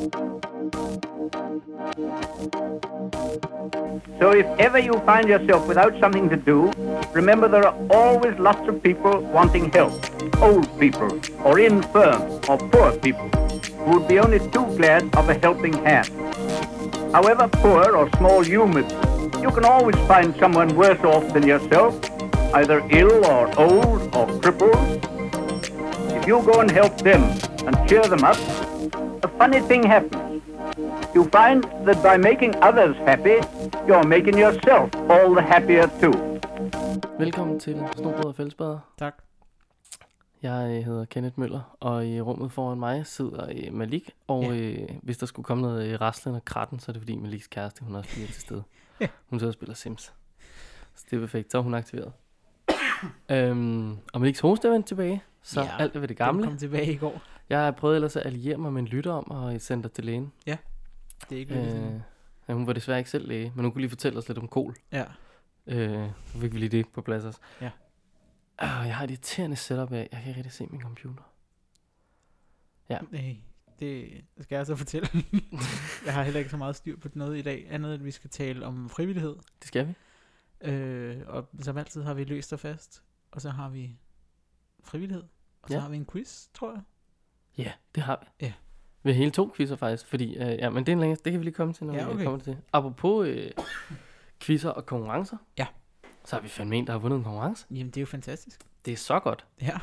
So if ever you find yourself without something to do, remember there are always lots of people wanting help. Old people, or infirm, or poor people, who would be only too glad of a helping hand. However poor or small you may be, you can always find someone worse off than yourself, either ill or old or crippled. If you go and help them and cheer them up, a funny thing happens. You find that by making others happy, you're making yourself all the happier too. Velkommen til Snobrød og Fællesbader. Tak. Jeg hedder Kenneth Møller, og i rummet foran mig sidder Malik. Og hvis der skulle komme noget raslen og kratten, så er det fordi Maliks kæreste, hun også bliver til stede. Ja. Hun sidder og spiller Sims. Så det er perfekt, så er hun aktiveret. Og Maliks hoste er vendt tilbage, så alt er ved det gamle. Den kom tilbage i går. Jeg har prøvet ellers at alliere mig med en lytter om og sende dig til lægen. Ja, det er ikke lykkedes. Ja, hun var desværre ikke selv læge, men hun kunne lige fortælle os lidt om kol. Ja. Så fik vi lige det på plads også. Ja. Jeg har et irriterende setup af, jeg kan ikke rigtig se min computer. Ja. Nej, det skal jeg så fortælle. Jeg har heller ikke så meget styr på noget i dag, andet end vi skal tale om frivillighed. Det skal vi. Og som altid har vi løst og fast, og så har vi frivillighed, og så har vi en quiz, tror jeg. Ja, det har vi. Ja. Vi har hele 2 quizzer faktisk, fordi, men det er en længere, det kan vi lige komme til, når vi kommer til. Apropos quizzer og konkurrencer, så har vi fandme en, der har vundet en konkurrence. Jamen, det er jo fantastisk. Det er så godt. Ja.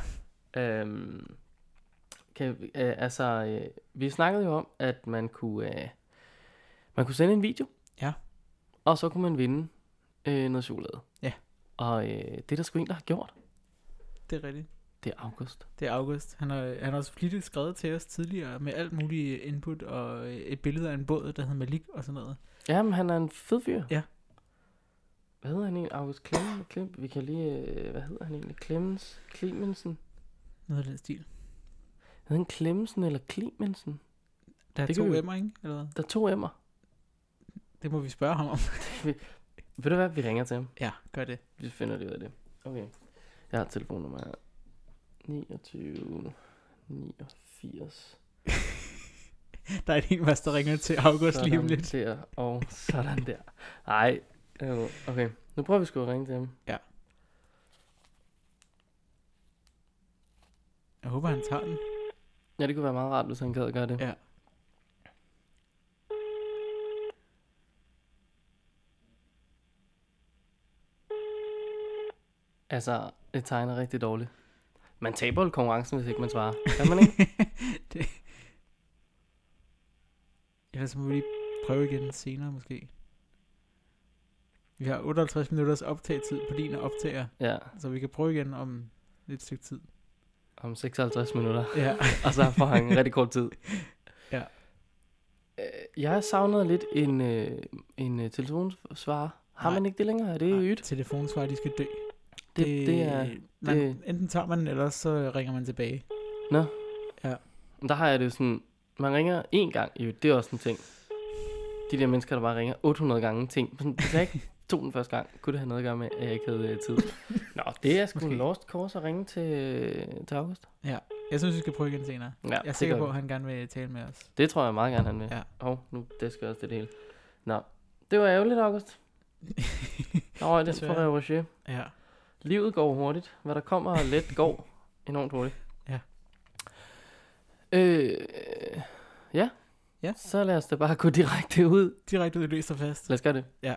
Vi snakkede jo om, at man kunne sende en video. Ja. Og så kunne man vinde noget chokolade. Ja. Og det er der sgu en, der har gjort. Det er rigtigt. Det er August. Det er August. Han har også flittigt skrevet til os tidligere med alt muligt input og et billede af en båd, der hedder Malik og sådan noget. Jamen, han er en fed fyr. Ja. Hvad hedder han egentlig? August Klem? Vi kan lige... hvad hedder han egentlig? Clemensen? Noget af den stil. Hedder han Clemmensen eller Clemensen? Der er det 2 M'er, ikke? Eller hvad? Der er 2 M'er. Det må vi spørge ham om. Ved du hvad? Vi ringer til ham. Ja, gør det. Vi finder det ud af det. Okay. Jeg har telefonnummer her. 29 89. Der er en hel masse, der ringer til August sådan lige om lidt. Der, og sådan der. Ej, okay. Nu prøver vi sgu at ringe til ham. Ja. Jeg håber, han tager den. Ja, det kunne være meget rart, hvis han gad at gøre det. Ja. Altså, det tegner rigtig dårligt. Man taber jo konkurrencen, hvis ikke man svarer. Kan man ikke? det. Ellers må vi lige prøve igen senere måske. Vi har 58 minutters optagetid på din optager. Ja. Så vi kan prøve igen om lidt stykke tid. Om 56 minutter. Ja. Og så får han en rigtig kort tid. Ja. Jeg savnede lidt en telefonsvarer. Har man ikke det længere? Er det ydt? Telefonsvarer, de skal dø. Det er... Enten tager man den, eller så ringer man tilbage. Nå. Ja. Der har jeg det jo sådan... Man ringer 1 gang, det er også en ting. De der mennesker, der bare ringer 800 gange ting. Hvis jeg ikke tog den første gang, kunne det have noget at gøre med, at jeg ikke havde tid. Nå, det er sgu en lost course at ringe til August. Ja, jeg synes, vi skal prøve igen senere. Ja, jeg er sikker på, at han gerne vil tale med os. Det tror jeg meget gerne, han vil. Ja. Nu det skal også det hele. Nå, det var ærgerligt, August. Nå, det får jeg jo. Ja. Livet går hurtigt. Hvad der kommer let går enormt hurtigt. Ja. Ja. Så lad os da bare gå direkte ud. Direkte ud, løst og fast. Lad os gøre det. Ja.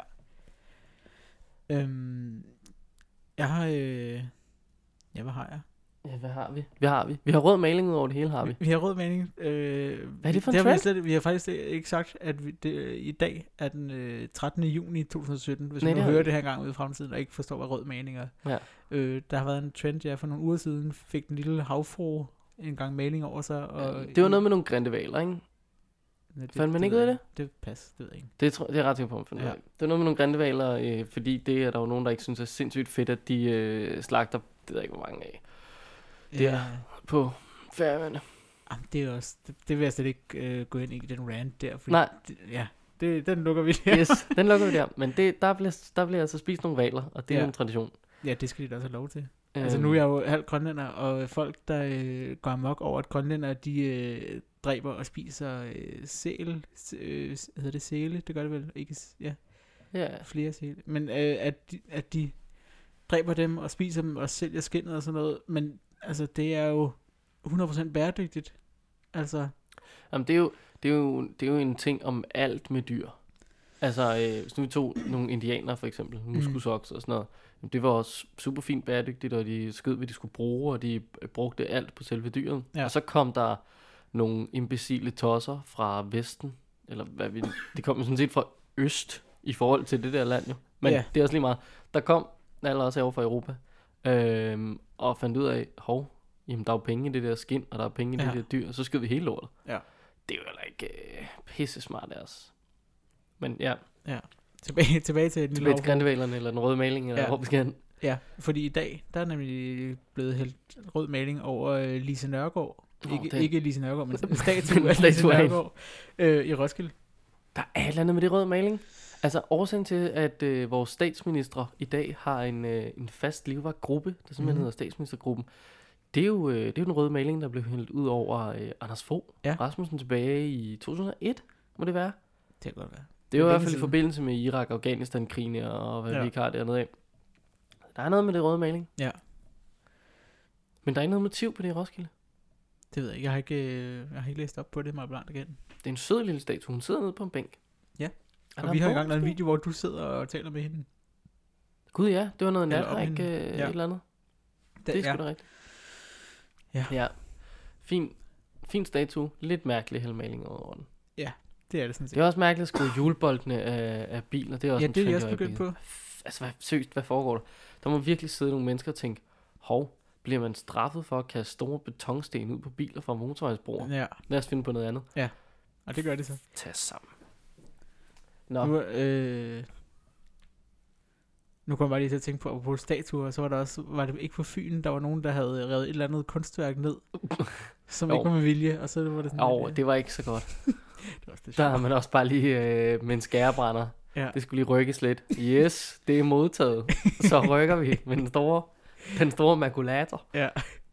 Jeg har... hvad har jeg? Ja, hvad har vi? Vi har rød maling ud over det hele, har vi. Vi har rød maling. Hvad er det for en trend? Vi har faktisk ikke sagt, at i dag er den 13. juni 2017, hvis man hører det her gang ud i fremtiden, og ikke forstår, hvad rød maling er. Ja. Der har været en trend, for nogle uger siden, fik den lille havfrue en gang maling over sig. Og det var noget med nogle grindehvaler, ikke? Fandt man ikke ud af det? Det passer, det ved jeg ikke. Det er ret sikker på, man fandt ud af. Det var noget med nogle grindehvaler, fordi det er der jo nogen, der ikke synes er sindssygt fedt, at de slagter, det ved jeg ikke, hvor mange af. Der på Færøerne. Det er også, det vil jeg slet ikke gå ind i den rant der. Fordi nej. Den lukker vi der. Yes, den lukker vi der. Men der bliver altså spist nogle hvaler, og det er en tradition. Ja, det skal de da også have lov til. Altså nu er jeg jo halv grønlænder, og folk, der går amok over, at grønlænder, dræber og spiser sæl. Hedder det sæle? Det gør det vel ikke? Ja, flere sæle. Men at de dræber dem og spiser dem og sælger skindet og sådan noget. Men altså, det er jo 100% bæredygtigt. Altså. Jamen, det er jo en ting om alt med dyr. Altså, hvis nu vi tog nogle indianere for eksempel, muskusoks og sådan noget, det var også super fint bæredygtigt, og de skød, hvad de skulle bruge, og de brugte alt på selve dyret. Ja. Og så kom der nogle imbecile tosser fra Vesten, eller det kom sådan set fra Øst, i forhold til det der land jo. Men det er også lige meget. Der kom alle også over fra Europa, og fandt ud af, jamen der er jo penge i det der skin, og der er penge i det der dyr, og så skød vi hele lortet. Ja. Det er jo heller ikke pisse smart af os. Men ja. Tilbage til den lille grændevalerne, eller den røde maling, eller hvor vi skal hen. Ja, fordi i dag, der er nemlig blevet hældt rød maling over Lise Nørgaard. Ikke Lise Nørgaard, men en statue af Lise Nørgaard i Roskilde. Der er et eller andet med det røde maling. Altså årsagen til, at vores statsministre i dag har en fast livvagt gruppe, der simpelthen hedder statsministergruppen, det er jo den røde maling, der blev hældt ud over Anders Fogh Rasmussen tilbage i 2001, må det være. Det kan godt være. Det er jo i hvert fald i forbindelse med Irak og Afghanistan-krigene og hvad vi ikke har dernede af. Der er noget med det røde maling. Ja. Men der er ikke noget motiv på det i Roskilde. Det ved jeg ikke. Jeg har ikke læst op på det, mig blandt igen. Det er en sød lille statue. Hun sidder nede på en bænk. Ja. Og vi har engang lavet en video, hvor du sidder og taler med hende. Gud ja, det var noget nathæk et eller andet. Det er sgu da rigtigt. Ja. Fin statue. Lidt mærkelig helmaling over den. Ja, det er det sådan set. Det er også mærkeligt at skrive juleboldene af biler. Det er også det er jeg også begyndt på. Altså, hvad foregår der? Der må virkelig sidde nogle mennesker og tænke, bliver man straffet for at kaste store betonsten ud på biler fra motorvejsbroer? Ja. Lad os finde på noget andet. Ja, og det gør det så. Tag sammen. Nå. Nu kommer jeg bare lige til at tænke på statuer, og så var det ikke på Fyn, der var nogen, der havde revet et eller andet kunstværk ned, som ikke var med vilje, og så var det sådan det var ikke så godt. Der har man også bare lige med en skærebrænder. Ja. Det skulle lige rykkes lidt. Yes, det er modtaget. Så rykker vi med den store makulator. Ja.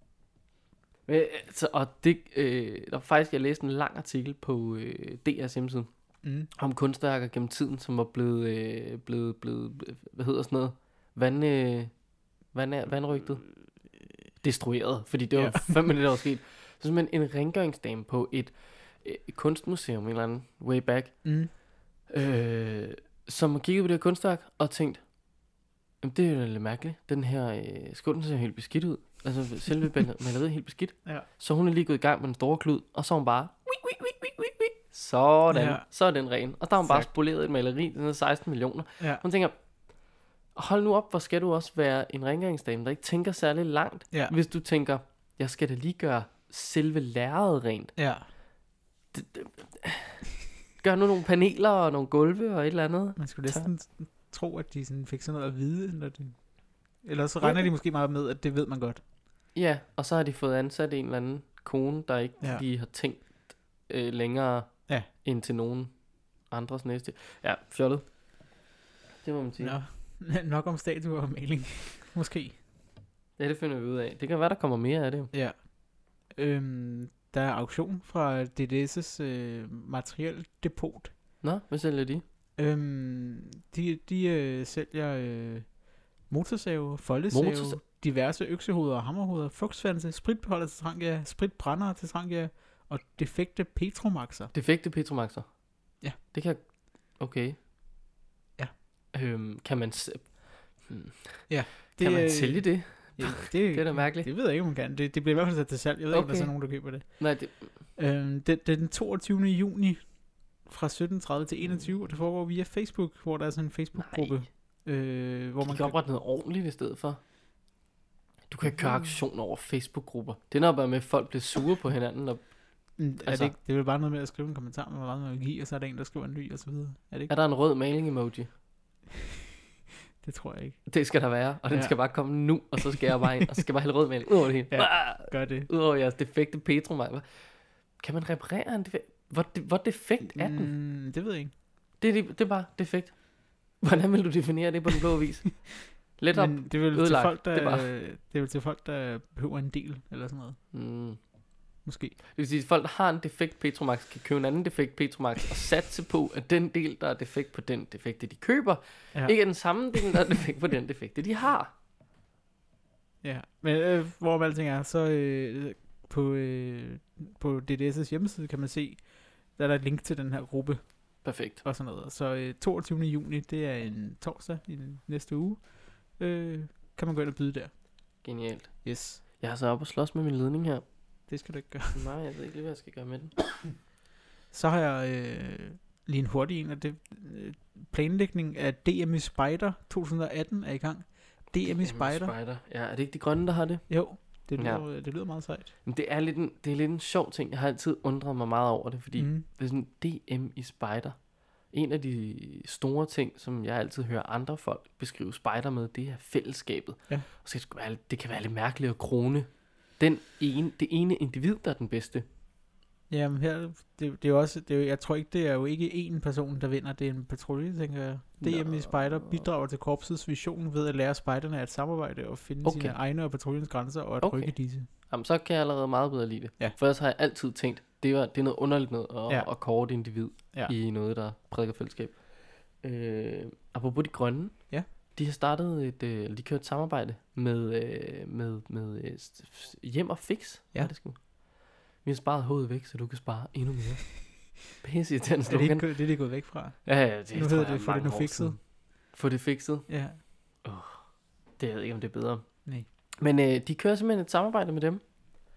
Og det, der var faktisk, jeg læste en lang artikel på DR's hjemmeside om kunstværker gennem tiden, som var blevet hvad hedder sådan noget, vandrygtet, destrueret, fordi det var 5 minutter, der var sket. Så simpelthen en rengøringsdame på et kunstmuseum, en eller anden way back, som kiggede på det her kunstværk og tænkte, jamen det er jo lidt mærkeligt, den her skål, ser helt beskidt ud, altså selve maleriet er helt beskidt, så hun er lige gået i gang med den store klud, og så hun bare sådan, så er den ren, og der har hun bare spoleret et maleri, den er 16 millioner. Hun tænker, hold nu op, hvor skal du også være en rengøringsdame, der ikke tænker særlig langt, hvis du tænker, jeg skal da lige gøre selve lærredet rent. Ja. Gør nu nogle paneler og nogle gulve og et eller andet. Man skulle næsten tro, at de sådan fik sådan noget at vide. Eller så regner de måske meget med, at det ved man godt. Ja, og så har de fået ansat en eller anden kone, der ikke lige har tænkt længere ind til nogen andres næste. Ja, fjollet. Det må man sige. Nok om statuer og maling. Måske. Ja, det finder vi ud af. Det kan være, der kommer mere af det. Ja. Der er auktion fra DDS' materieldepot. Nå, hvad sælger de? De sælger motorsave, foldesave, diverse øksehoveder og hammerhoveder, fugtsvanse, spritbeholder til Trangia, spritbrændere til Trangia og defekte Petromaxer. Defekte Petromaxer? Ja. Det kan... Okay. Ja. Kan man... Ja. Kan man sælge det? Ja, det er da mærkeligt. Det ved jeg ikke, om man kan. Det bliver i hvert fald sat til salg. Jeg ved ikke, om der er nogen, der køber det. Nej, det er den 22. juni fra 17.30 til 21, og det foregår via Facebook, hvor der er sådan en Facebook-gruppe. Hvor man kan oprette noget ordentligt i stedet for. Du kan ikke køre aktioner over Facebook-grupper. Det er nok bare med, at folk bliver sure på hinanden. Og, altså, det er vel bare noget med at skrive en kommentar med, hvor meget man vil give, og så er der en, der skriver en ny, og så videre. Er der en rød maling-emoji? Det tror jeg ikke. Det skal der være, og den skal bare komme nu, og så skal jeg bare ind, og så skal jeg bare hælde rød maling ud over det hele. Ja, gør det. Ud over jeres defekte Petromaxer. Kan man reparere en defekt? Hvor defekt er den? Det ved jeg ikke. Det er bare defekt. Hvordan vil du definere det på den blå avis? Let op, det er vel til folk, der behøver en del, eller sådan noget. måske. Det vil sige, at folk, der har en defekt Petromax, kan købe en anden defekt Petromax og satse på, at den del, der er defekt på den defekte, de køber, ikke er den samme del, der er defekt på den defekte, de har. Ja, men hvorom alting er, så på DDS' hjemmeside kan man se, der er der et link til den her gruppe. Perfekt. Og sådan noget. Så 22. juni, det er en torsdag i næste uge, kan man gå ind og byde der. Genialt. Yes. Jeg er så oppe og slås med min ledning her. Det skal du ikke gøre. Nej, jeg ved ikke lige, hvad jeg skal gøre med den. Så har jeg lige en hurtig en af det. Planlægning af DMI Spider 2018 er i gang. DMI Spider. Ja, er det ikke de grønne, der har det? Jo, det lyder meget sejt. Men det er lidt en sjov ting. Jeg har altid undret mig meget over det, fordi det er sådan DMI Spider. En af de store ting, som jeg altid hører andre folk beskrive Spider med, det er fællesskabet. Ja. Og så det kan være lidt mærkeligt at krone det ene individ, der er den bedste. Jamen her, det er også, jeg tror ikke, det er jo ikke én person, der vinder, det er en patrulje, tænker jeg. DMI Spider bidrager til korpsets vision ved at lære spejderne at samarbejde og finde sine egne og patruljens grænser og at rykke disse. Jamen så kan jeg allerede meget bedre lide det. Ja. For ellers har jeg altid tænkt, det er noget underligt noget at kåre et individ i noget, der prædiker fællesskab. Apropos de grønne, de har startet de kører et samarbejde med Hjem og Fix. Ja. Vi har sparet hovedet væk, så du kan spare endnu mere. Pisse i den slogan. Det er de gået væk fra. Ja, det nu hedder det, få det nu fikset. Få det fikset? Ja. Det ved jeg ikke, om det er bedre. Nej. Men de kører simpelthen et samarbejde med dem.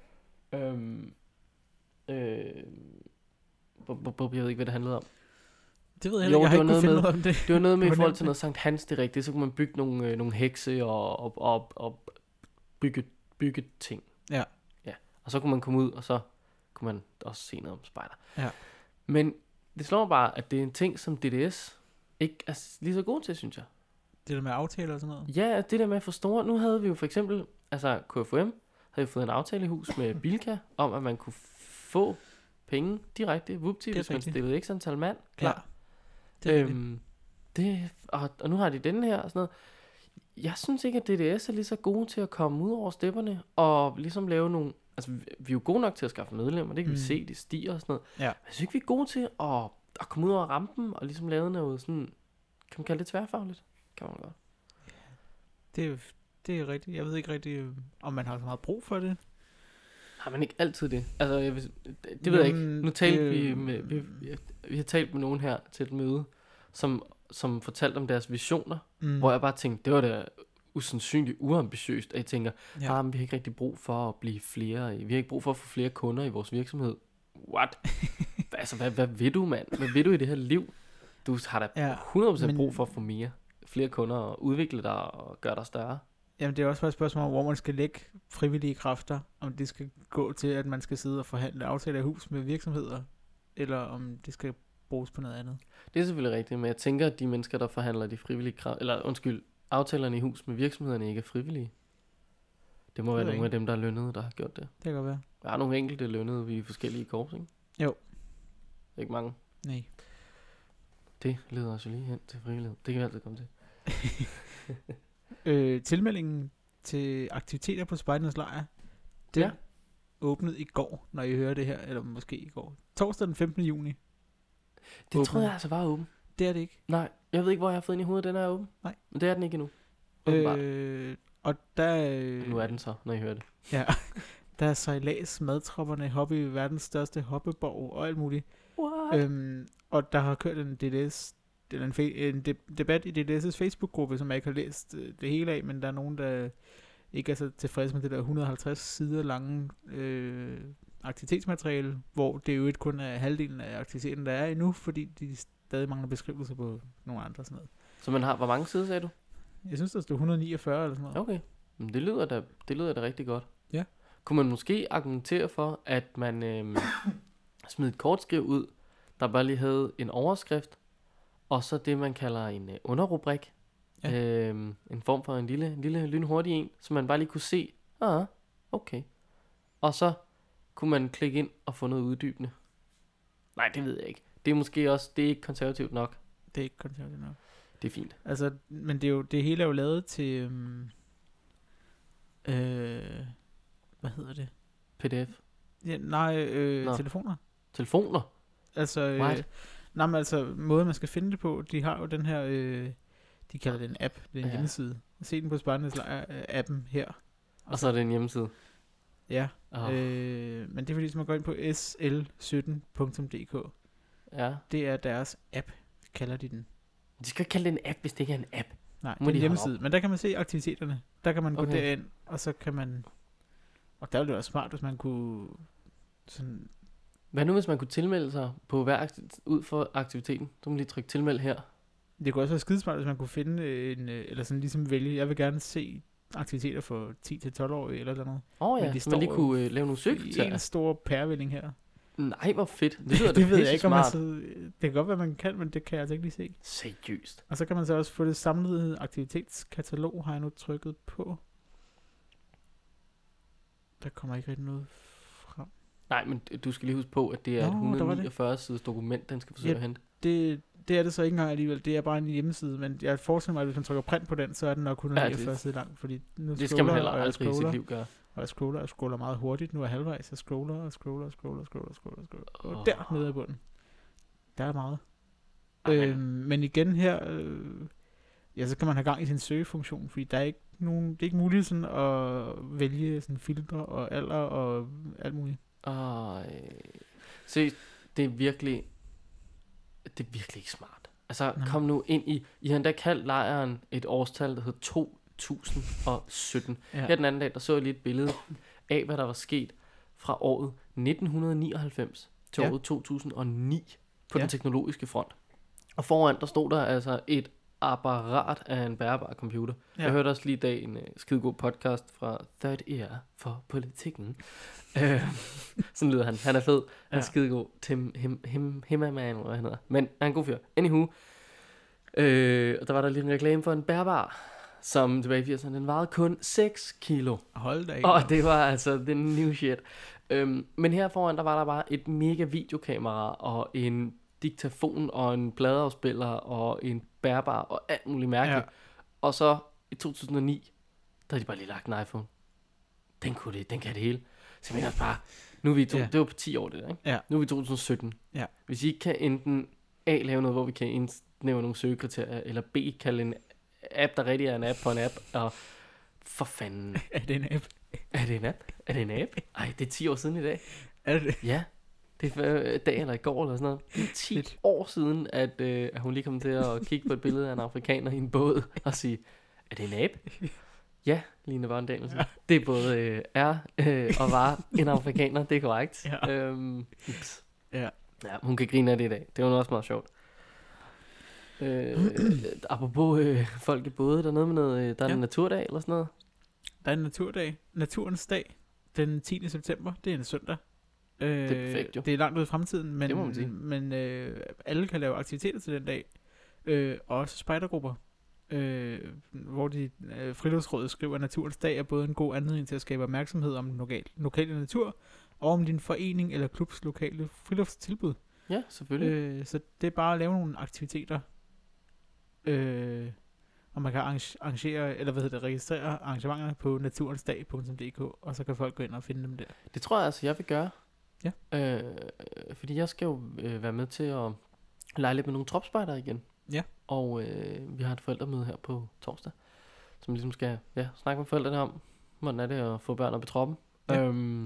Jeg ved ikke, hvad det handlede om. Det ved jeg ikke, jeg har ikke kunnet finde noget om det. Det var noget med i forhold til noget Sankt Hans, det er rigtigt. Så kunne man bygge nogle hekse og bygge ting. Ja. Og så kunne man komme ud, og så kunne man også se noget om spejder. Ja. Men det slår bare, at det er en ting, som DDS ikke er lige så god til, synes jeg. Det der med aftaler og sådan noget? Ja, det der med at få store. Nu havde vi jo for eksempel, altså KFUM, havde jo fået en aftale i hus med Bilka, om at man kunne få penge direkte, hvis man stillede x antal mand. Klar. Ja, og nu har de den her og sådan noget. Jeg synes ikke, at DDS er lige så gode til at komme ud over stepperne, og ligesom lave nogle. Altså, vi er jo gode nok til at skaffe medlemmer, det kan vi se, de stiger og sådan noget. Ja. Men jeg synes ikke, vi er gode til at komme ud over rampen, og ligesom lave noget sådan, kan man kalde det tværfagligt? Kan man godt. Det er rigtigt. Jeg ved ikke rigtig, om man har så meget brug for det. Har man ikke altid det? Altså, det ved jeg ikke. Nu talte vi har talt med nogen her til et møde, som fortalte om deres visioner, hvor jeg bare tænkte, det var da usandsynligt uambitiøst, at jeg tænker, vi har ikke rigtig brug for at blive flere, vi har ikke brug for at få flere kunder i vores virksomhed. What? Altså, hvad vil du, mand? Hvad vil du i det her liv? Du har da 100% brug for at få flere kunder og udvikle dig og gøre dig større. Jamen, det er også bare et spørgsmål om, hvor man skal lægge frivillige kræfter, om det skal gå til, at man skal sidde og forhandle aftaler i hus med virksomheder, eller om det skal bruges på noget andet. Det er selvfølgelig rigtigt, men jeg tænker, at de mennesker, der forhandler de frivillige aftalerne i hus med virksomhederne, ikke er frivillige. Det må være nogle af dem, der er lønnede, der har gjort det. Det kan godt være. Der er nogle enkelte lønnede ved de forskellige korps, ikke? Jo. Ikke mange. Nej. Det leder os jo lige hen til frivillighed. Det kan vi altid komme til. Tilmeldingen til aktiviteter på Spejdernes Lejr, den åbnede i går, når I hører det her, eller måske i går. Torsdag den 15. juni. Det troede jeg altså var åben. Det er det ikke. Nej, jeg ved ikke, hvor jeg har fået ind i hovedet, den er åben. Nej. Men det er den ikke endnu. Og der... Nu er den så, når I hører det. Ja, der er sejlads, madtropperne, hobby, verdens største hoppeborg og alt muligt. Og der har kørt en DDS, en debat i DDS' Facebook-gruppe, som jeg ikke har læst det hele af, men der er nogen, der ikke er så tilfredse med det der 150 sider lange aktivitetsmateriale, hvor det jo ikke kun er halvdelen af aktiviteten, der er endnu, fordi de stadig mangler beskrivelser på nogle andre sådan noget. Så man har, hvor mange sider sagde du? Jeg synes, der stod 149 eller sådan noget. Okay, men det lyder da rigtig godt. Ja. Kunne man måske argumentere for, at man smed et kortskriv ud, der bare lige havde en overskrift, og så det, man kalder en underrubrik. Ja. En form for en lille lynhurtig en, så man bare lige kunne se, okay. Og så kunne man klikke ind og få noget uddybende. Nej, det ved jeg ikke. Det er måske også, det er ikke konservativt nok. Det er ikke konservativt nok. Det er fint. Altså, men det hele er jo lavet til, hvad hedder det? PDF. Ja, nej, telefoner. Telefoner? Altså, måden man skal finde det på, de har jo den her, de kalder det en app, det er en hjemmeside. Se den på Spartans Lejr-appen her. Og så er det en hjemmeside? Ja, men det er fordi, man går ind på sl17.dk. Ja. Det er deres app, kalder de den. De skal ikke kalde det en app, hvis det ikke er en app. Nej, det er en hjemmeside, men der kan man se aktiviteterne. Der kan man gå derind, og så kan man... Og der ville det være smart, hvis man kunne... Sådan... Hvad nu, hvis man kunne tilmelde sig på ud for aktiviteten? Så må man lige trykke tilmeld her. Det kunne også være skidesmart, hvis man kunne finde en... Eller sådan ligesom vælge, jeg vil gerne se aktiviteter for 10-12-årige eller noget. Ja, så man lige kunne lave nogle søgekriterier. En stor pærevælling her. Nej, hvor fedt. Det lyder det ved jeg ikke, om man det kan godt være, man kan, men det kan jeg altså ikke lige se. Seriøst. Og så kan man så også få det samlede aktivitetskatalog, har jeg nu trykket på. Der kommer ikke rigtig noget frem. Nej, men du skal lige huske på, at det er et 149 sides dokument, den skal forsøge at hente. Det er det så ikke engang alligevel. Det er bare en hjemmeside, men jeg forestiller mig, at hvis man trykker print på den, så er den nok 149 sider lang. Fordi nu det skal man heller aldrig i sit liv gøre. Og jeg scroller meget hurtigt. Nu er jeg halvvejs. Jeg scroller. Og der nede i bunden. Der er meget. Men igen her, så kan man have gang i sin søgefunktion, fordi der er ikke nogen, det er ikke muligt sådan at vælge sådan filtre og alder og alt muligt. Se, det er virkelig ikke smart. Altså, kom nu ind I har endda kaldt lejren et årstal, der hed 2017. Her den anden dag, der så jeg lige et billede af, hvad der var sket fra året 1999 til året 2009 på den teknologiske front. Og foran, der stod der altså et apparat af en bærbar computer. Jeg hørte også lige i dag en skidegod podcast fra Third Ear for politikken. Sådan lyder han. Han er fed. Han er skidegod. Tim Himmerman, hvad han hedder. Men han er en god fyr. Anywho. Og der var der lige en reklame for en bærbar, som tilbage i 80'erne, den vejede kun 6 kilo. Hold da ikke. Og det var altså the new shit. Men her foran, der var der bare et mega videokamera og en diktafon og en pladeafspiller og en bærbar og alt muligt mærkeligt. Og så i 2009, der havde de bare lige lagt en iPhone. Den kan det hele. Så jeg mener bare, nu er vi det var på 10 år det der, ikke? Ja. Nu er vi 2017. Ja. Hvis I ikke kan enten A, lave noget, hvor vi kan indsnævre nogle søgekriterier, eller B, kalde en app, der rigtig er en app på en app, og for fanden. Er det en app? Er det en app? Er det en app? Ej, det er 10 år siden i dag. Er det? Ja. Det er dag eller i går eller sådan noget. Det er 10 år siden, at hun lige kom til at kigge på et billede af en afrikaner i en båd og sige, er det en abe? Ja, Line Børn Danielsen. Ja. Det er både og var en afrikaner, det er korrekt. Ja. Ja, hun kan grine af det i dag. Det var også meget sjovt. Apropos folk i både, der er noget med noget, der er en naturdag eller sådan noget. Der er en naturdag. Naturens dag. Den 10. september. Det er en søndag. Det er perfekt, jo. Det er langt ud i fremtiden, men, det må man sige. Men alle kan lave aktiviteter til den dag. Også spejdergrupper. Hvor de Friluftsrådet skriver, at naturens dag er både en god anledning til at skabe opmærksomhed om den lokale natur, og om din forening eller klubs lokale friluftstilbud. Ja, selvfølgelig. Så det er bare at lave nogle aktiviteter. Og man kan arrangere, eller registrere arrangementerne på naturensdag.dk, og så kan folk gå ind og finde dem der. Det tror jeg altså, jeg vil gøre. Ja. Fordi jeg skal jo være med til at lege lidt med nogle tropspejder igen. Ja. Og vi har et forældremøde her på torsdag, som ligesom skal snakke med forældrene om, hvordan er det at få børn op i troppen. Ja.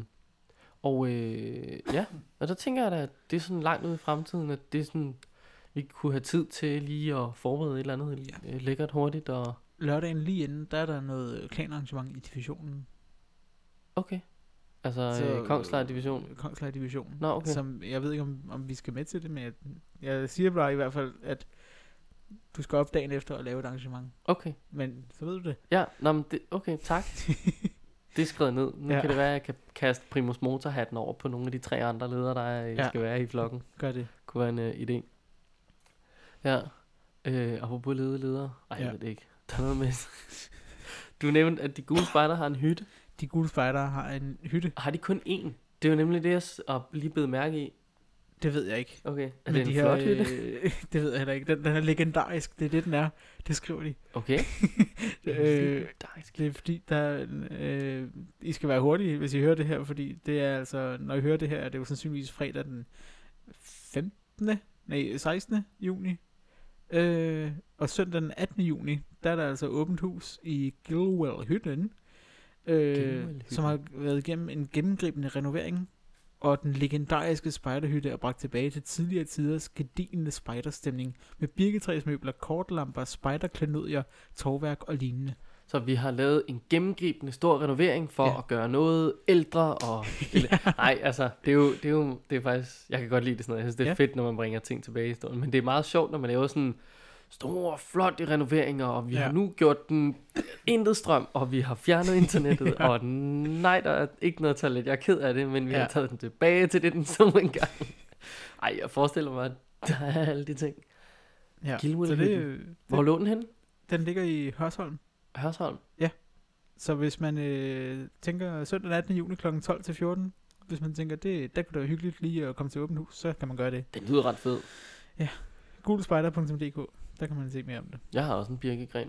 Og der tænker jeg da, at det er sådan langt ude i fremtiden, at det er sådan, vi kunne have tid til lige at forberede et eller andet lækkert hurtigt. Og lørdagen lige inden, der er der noget klanarrangement i divisionen. Okay. Altså Kongslejr-divisionen? Kongslejr-divisionen. Nå, okay. Som, jeg ved ikke, om vi skal med til det, men jeg siger bare i hvert fald, at du skal op dagen efter og lave et arrangement. Okay. Men så ved du det. Ja, men okay, tak. Det er skrevet ned. Nu kan det være, at jeg kan kaste primus motor-hatten over på nogle af de 3 andre ledere, der skal være i flokken. Gør det. Kunne være en idé. Ja. Apropos ledere. Ej, jeg ved det ikke. Der er noget med. Du nævnte, at de gule spejder har en hytte. De gule spejdere har en hytte. Har de kun én? Det er jo nemlig det, jeg lige blevet mærke i. Det ved jeg ikke. Okay, er det en flot hytte? Det ved jeg heller ikke. Den er legendarisk, det er det, den er. Det skriver de. Okay. Det er fordi, I skal være hurtige, hvis I hører det her, fordi det er altså, når I hører det her, er det jo sandsynligvis fredag den 16. juni. Og søndag den 18. juni, der er der altså åbent hus i Gilwell-hytten, som har været igennem en gennemgribende renovering, og den legendariske spejderhytte er bragt tilbage til tidligere tiders gedigne spejderstemning med birketræsmøbler, kortlamper, spejderklenodier, tovværk og lignende. Så vi har lavet en gennemgribende stor renovering for at gøre noget ældre og... Nej, altså, det er faktisk... Jeg kan godt lide det sådan noget. Jeg synes, det er fedt, når man bringer ting tilbage i historien. Men det er meget sjovt, når man laver sådan store, flotte renoveringer, og vi har nu gjort den intet strøm, og vi har fjernet internettet, og nej, der er ikke noget toilet. Jeg er ked af det, men vi har taget den tilbage til det, den så engang. Ej, jeg forestiller mig, at der er alle de ting. Ja. Hvor lå den henne? Den ligger i Hørsholm. Hørsholm? Ja. Så hvis man tænker søndag den 18. juni kl. 12 til 14, hvis man tænker, der kunne det være hyggeligt lige at komme til åbent hus, så kan man gøre det. Det lyder ret fedt. Ja. Gulspejder.dk, der kan man se mere om det. Jeg har også en birkegren.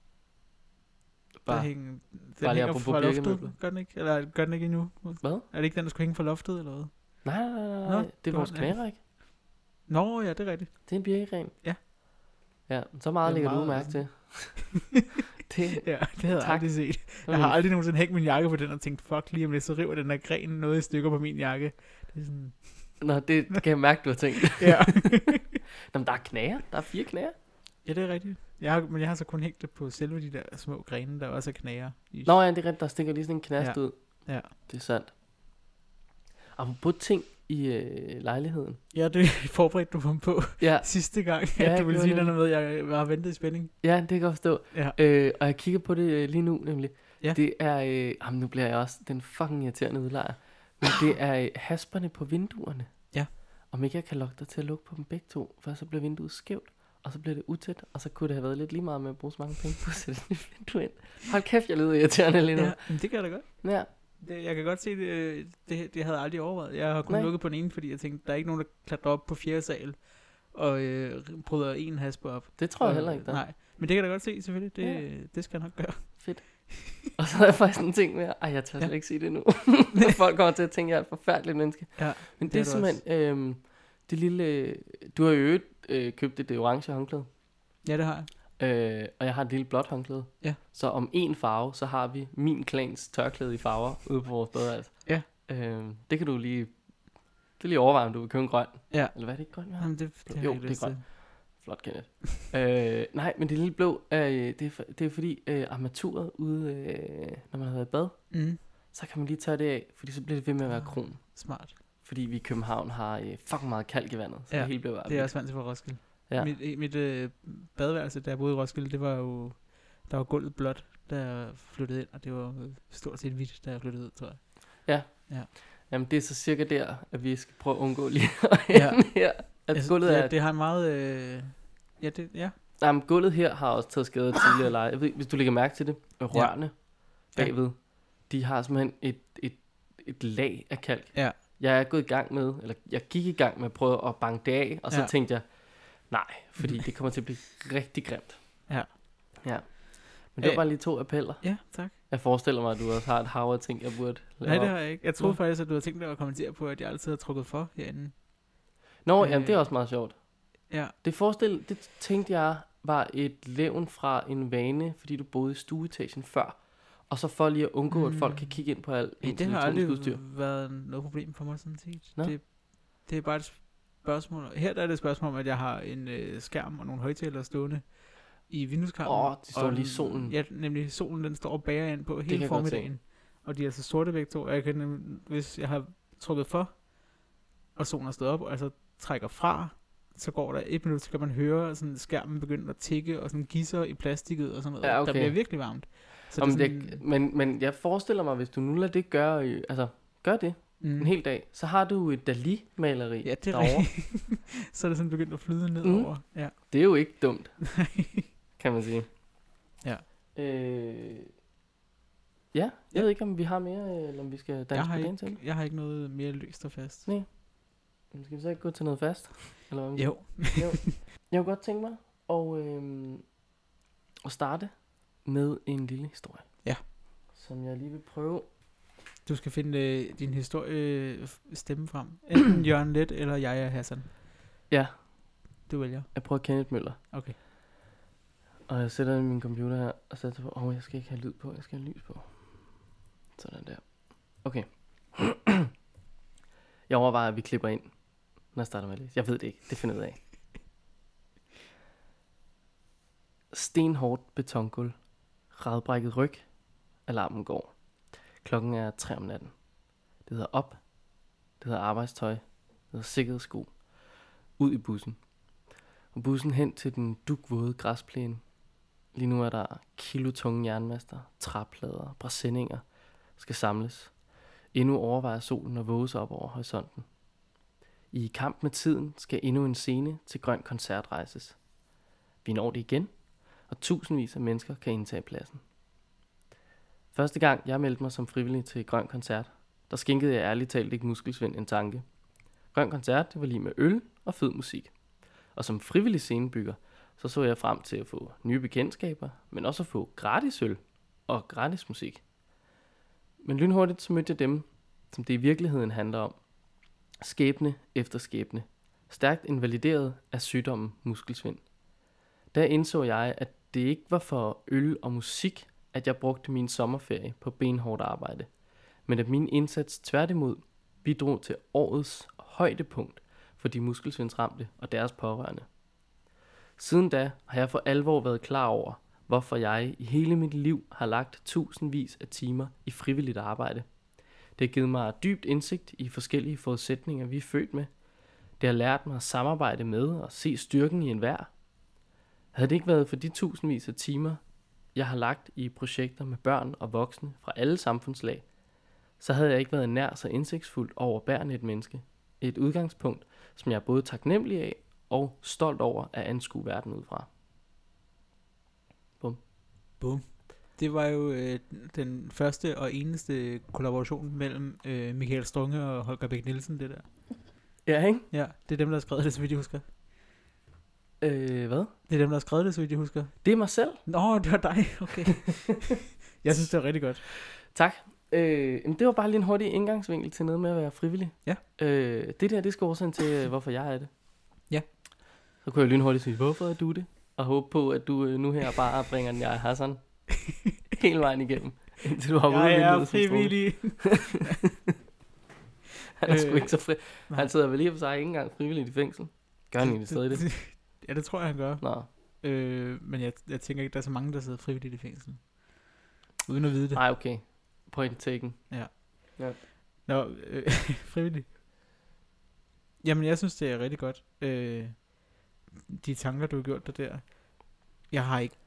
Den hænger fra loftet, gør den ikke? Eller gør den ikke endnu? Hvad? Er det ikke den, der skulle hænge fra loftet, eller hvad? Nej. Det er vores knæræk. Nå, ja, det er rigtigt. Det er en birkegren. Ja. Ja, så meget lægger du mærke til. Det havde jeg aldrig set. Jeg har aldrig nogensinde hængt min jakke på den og tænkt, fuck, lige om lidt, så river den der gren noget i stykker på min jakke. Det er sådan... Nå, det kan jeg mærke, du har tænkt. Ja. Nå, der er knager. Der er 4 knager. Ja, det er rigtigt. Men jeg har så kun hængt det på selve de der små grene, der også er knager. Nå ja, det er rigtigt. Der stikker lige sådan en knast ud. Ja. Det er sandt. Apropos ting i lejligheden. Ja, det forberedte du på sidste gang, at du ville sige noget med, jeg har ventet i spænding. Ja, det kan jeg godt forstå. Ja. Og jeg kigger på det lige nu, nemlig. Ja. Det er, nu bliver jeg også den fucking irriterende udlejer. Men det er hasperne på vinduerne. Ja. Om ikke jeg kan lokke dig til at lukke på dem begge to, for så bliver vinduet skævt, og så bliver det utæt, og så kunne det have været lidt lige meget med at bruge så mange penge på at sætte et vindue ind. Hold kæft, jeg lyder irriterende lige nu. Ja, men det kan jeg da godt. Ja. Jeg kan godt se, det havde jeg aldrig overvejet. Jeg har kun lukket på den ene, fordi jeg tænkte, der er ikke nogen, der klatrer op på 4. sal og bryder en hasper op. Det tror jeg heller ikke, der. Nej, men det kan jeg da godt se, selvfølgelig. Det skal jeg nok gøre. Fedt. Og så er jeg faktisk en ting mere. Jeg tør slet ikke sige det nu. Folk kommer til at tænke, at jeg er et forfærdeligt menneske. Ja, men det er simpelthen det lille... Du har jo købt et orange håndklæde. Ja, det har jeg. Og jeg har et lille blåt håndklæde. Ja. Så om en farve, så har vi min klans tørklæde i farver ude på vores badeværelse. Ja. Det kan du lige... Det er lige overveje, om du vil købe en grøn. Ja. Eller hvad er det ikke grøn? Ja? Jamen, det er grøn. Flot, Kenneth. Nej, men det lille blå, det er fordi armaturet ude, når man har været i bad, så kan man lige tørre det af, fordi så bliver det ved med at være kron. Smart. Fordi vi i København har fucking meget kalk i vandet, så det hele bliver varmt. Det er også vant til fra Roskilde. Ja. Mit badeværelse, da jeg boede i Roskilde, det var jo, der var gulvet blåt, da jeg flyttede ind, og det var stort set hvidt, da jeg flyttede ud, tror jeg. Ja. Jamen, det er så cirka der, at vi skal prøve at undgå lige her. At gulvet er... Det har en meget... Jamen, gulvet her har også taget skade tidligere leje. Jeg ved, hvis du lægger mærke til det, rørene bagved, de har simpelthen et lag af kalk. Ja. Jeg gik i gang med at prøve at banke det af, og så tænkte jeg, nej, fordi det kommer til at blive rigtig grimt. Ja. Men det var bare lige 2 appeller. Ja, tak. Jeg forestiller mig, at du også har et hav af ting, jeg burde lave. Nej, det har jeg ikke. Jeg troede faktisk, at du havde tænkt dig at kommentere på, at jeg altid har trukket for herinde. Nå, jamen det er også meget sjovt. Ja. Det tænkte jeg var et levn fra en vane, fordi du boede i stueetagen før. Og så for lige at undgå, at folk kan kigge ind på alt det har aldrig været noget problem for mig sådan set. Det er bare et spørgsmål. Her der er det et spørgsmål om, at jeg har en skærm og nogle højtalere stående i vindueskarmen. Det står lige solen. Ja, nemlig solen, den står og bærer ind på hele formiddagen. Og de er altså sorte begge to. Jeg kan, hvis jeg har trukket for, og solen er stået op, og altså trækker fra, så går der 1 minut, så kan man høre sådan skærmen begynde at tikke, og sådan gisser i plastikket og sådan noget. Ja, okay. Der bliver virkelig varmt. Så men jeg forestiller mig, hvis du nu lader det gøre, gør det en hel dag, så har du et Dali-maleri derovre. Så er det sådan begyndt at flyde nedover. Ja. Det er jo ikke dumt, kan man sige. Ja. Jeg ved ikke, om vi har mere, eller om vi skal danse på den til. Jeg har ikke noget mere løst og fast. Nej. Skal vi så ikke gå til noget fast? Eller hvad? Jo. Jeg kunne godt tænke mig at starte med en lille historie. Ja. Som jeg lige vil prøve. Du skal finde din historie stemme frem. Enten Jørgen Let eller Yahya Hassan. Ja. Du vælger. Jeg prøver Kenneth Møller. Okay. Og jeg sætter min computer her og sætter på. Jeg skal ikke have lyd på. Jeg skal have lys på. Sådan der. Okay. Jeg overvejer, at vi klipper ind, når jeg starter med at læse. Jeg ved det ikke. Det finder jeg ud af. Stenhårdt betongulv. Radbrækket ryg. Alarmen går. Klokken er 3 om natten. Det hedder op. Det hedder arbejdstøj. Det hedder sikkerhedssko. Ud i bussen. Og bussen hen til den dugvåde græsplæne. Lige nu er der kilotunge jernmaster, træplader, presenninger skal samles. Endnu overvejer solen at våge sig op over horisonten. I kamp med tiden skal endnu en scene til grøn koncert rejses. Vi når det igen, og tusindvis af mennesker kan indtage pladsen. Første gang jeg meldte mig som frivillig til grøn koncert, der skænkede jeg ærligt talt ikke muskelsvind en tanke. Grøn koncert, det var lige med øl og fed musik. Og som frivillig scenebygger, så jeg frem til at få nye bekendtskaber, men også at få gratis øl og gratis musik. Men lynhurtigt så mødte jeg dem, som det i virkeligheden handler om. Skæbne efter skæbne. Stærkt invalideret af sygdommen muskelsvind. Der indså jeg, at det ikke var for øl og musik, at jeg brugte min sommerferie på benhårdt arbejde, men at min indsats tværtimod bidrog til årets højdepunkt for de muskelsvindsramte og deres pårørende. Siden da har jeg for alvor været klar over, hvorfor jeg i hele mit liv har lagt tusindvis af timer i frivilligt arbejde. Det har givet mig dybt indsigt i forskellige forudsætninger, vi er født med. Det har lært mig at samarbejde med og se styrken i enhver. Havde det ikke været for de tusindvis af timer, jeg har lagt i projekter med børn og voksne fra alle samfundslag, så havde jeg ikke været nær så indsigtsfuldt overbærende et menneske. Et udgangspunkt, som jeg er både taknemmelig af og stolt over at anskue verden ud fra. Bum. Bum. Det var jo den første og eneste kollaboration mellem Michael Strunge og Holger Bæk Nielsen, det der. Ja, ikke? Ja, det er dem, der har skrevet det, så vidt jeg husker. Hvad? Det er dem, der har skrevet det, så vidt jeg husker. Det er mig selv. Nå, det var dig, okay. Jeg synes, det var rigtig godt. Tak. Det var bare lige en hurtig indgangsvinkel til noget med at være frivillig. Ja. Det der, det skal årsagen til, hvorfor jeg er det. Ja. Så kunne jeg lynhurtigt sige, hvorfor er du det? Og håbe på, at du nu her bare bringer den Yahya Hassan hele vejen igennem, indtil du har Jeg er frivillig. Han er sgu ikke så fri. Han sidder vel lige for sig ikke engang frivilligt i fængsel. Gør han egentlig stadig det? Ja, det tror jeg, han gør. Nå. Men jeg tænker ikke, der er så mange, der sidder frivilligt i fængsel. Uden at vide det. Nej, okay. Point taken. Ja. Nå, frivillig. Jamen, jeg synes, det er rigtig godt. De tanker, du har gjort dig der. Jeg har ikke...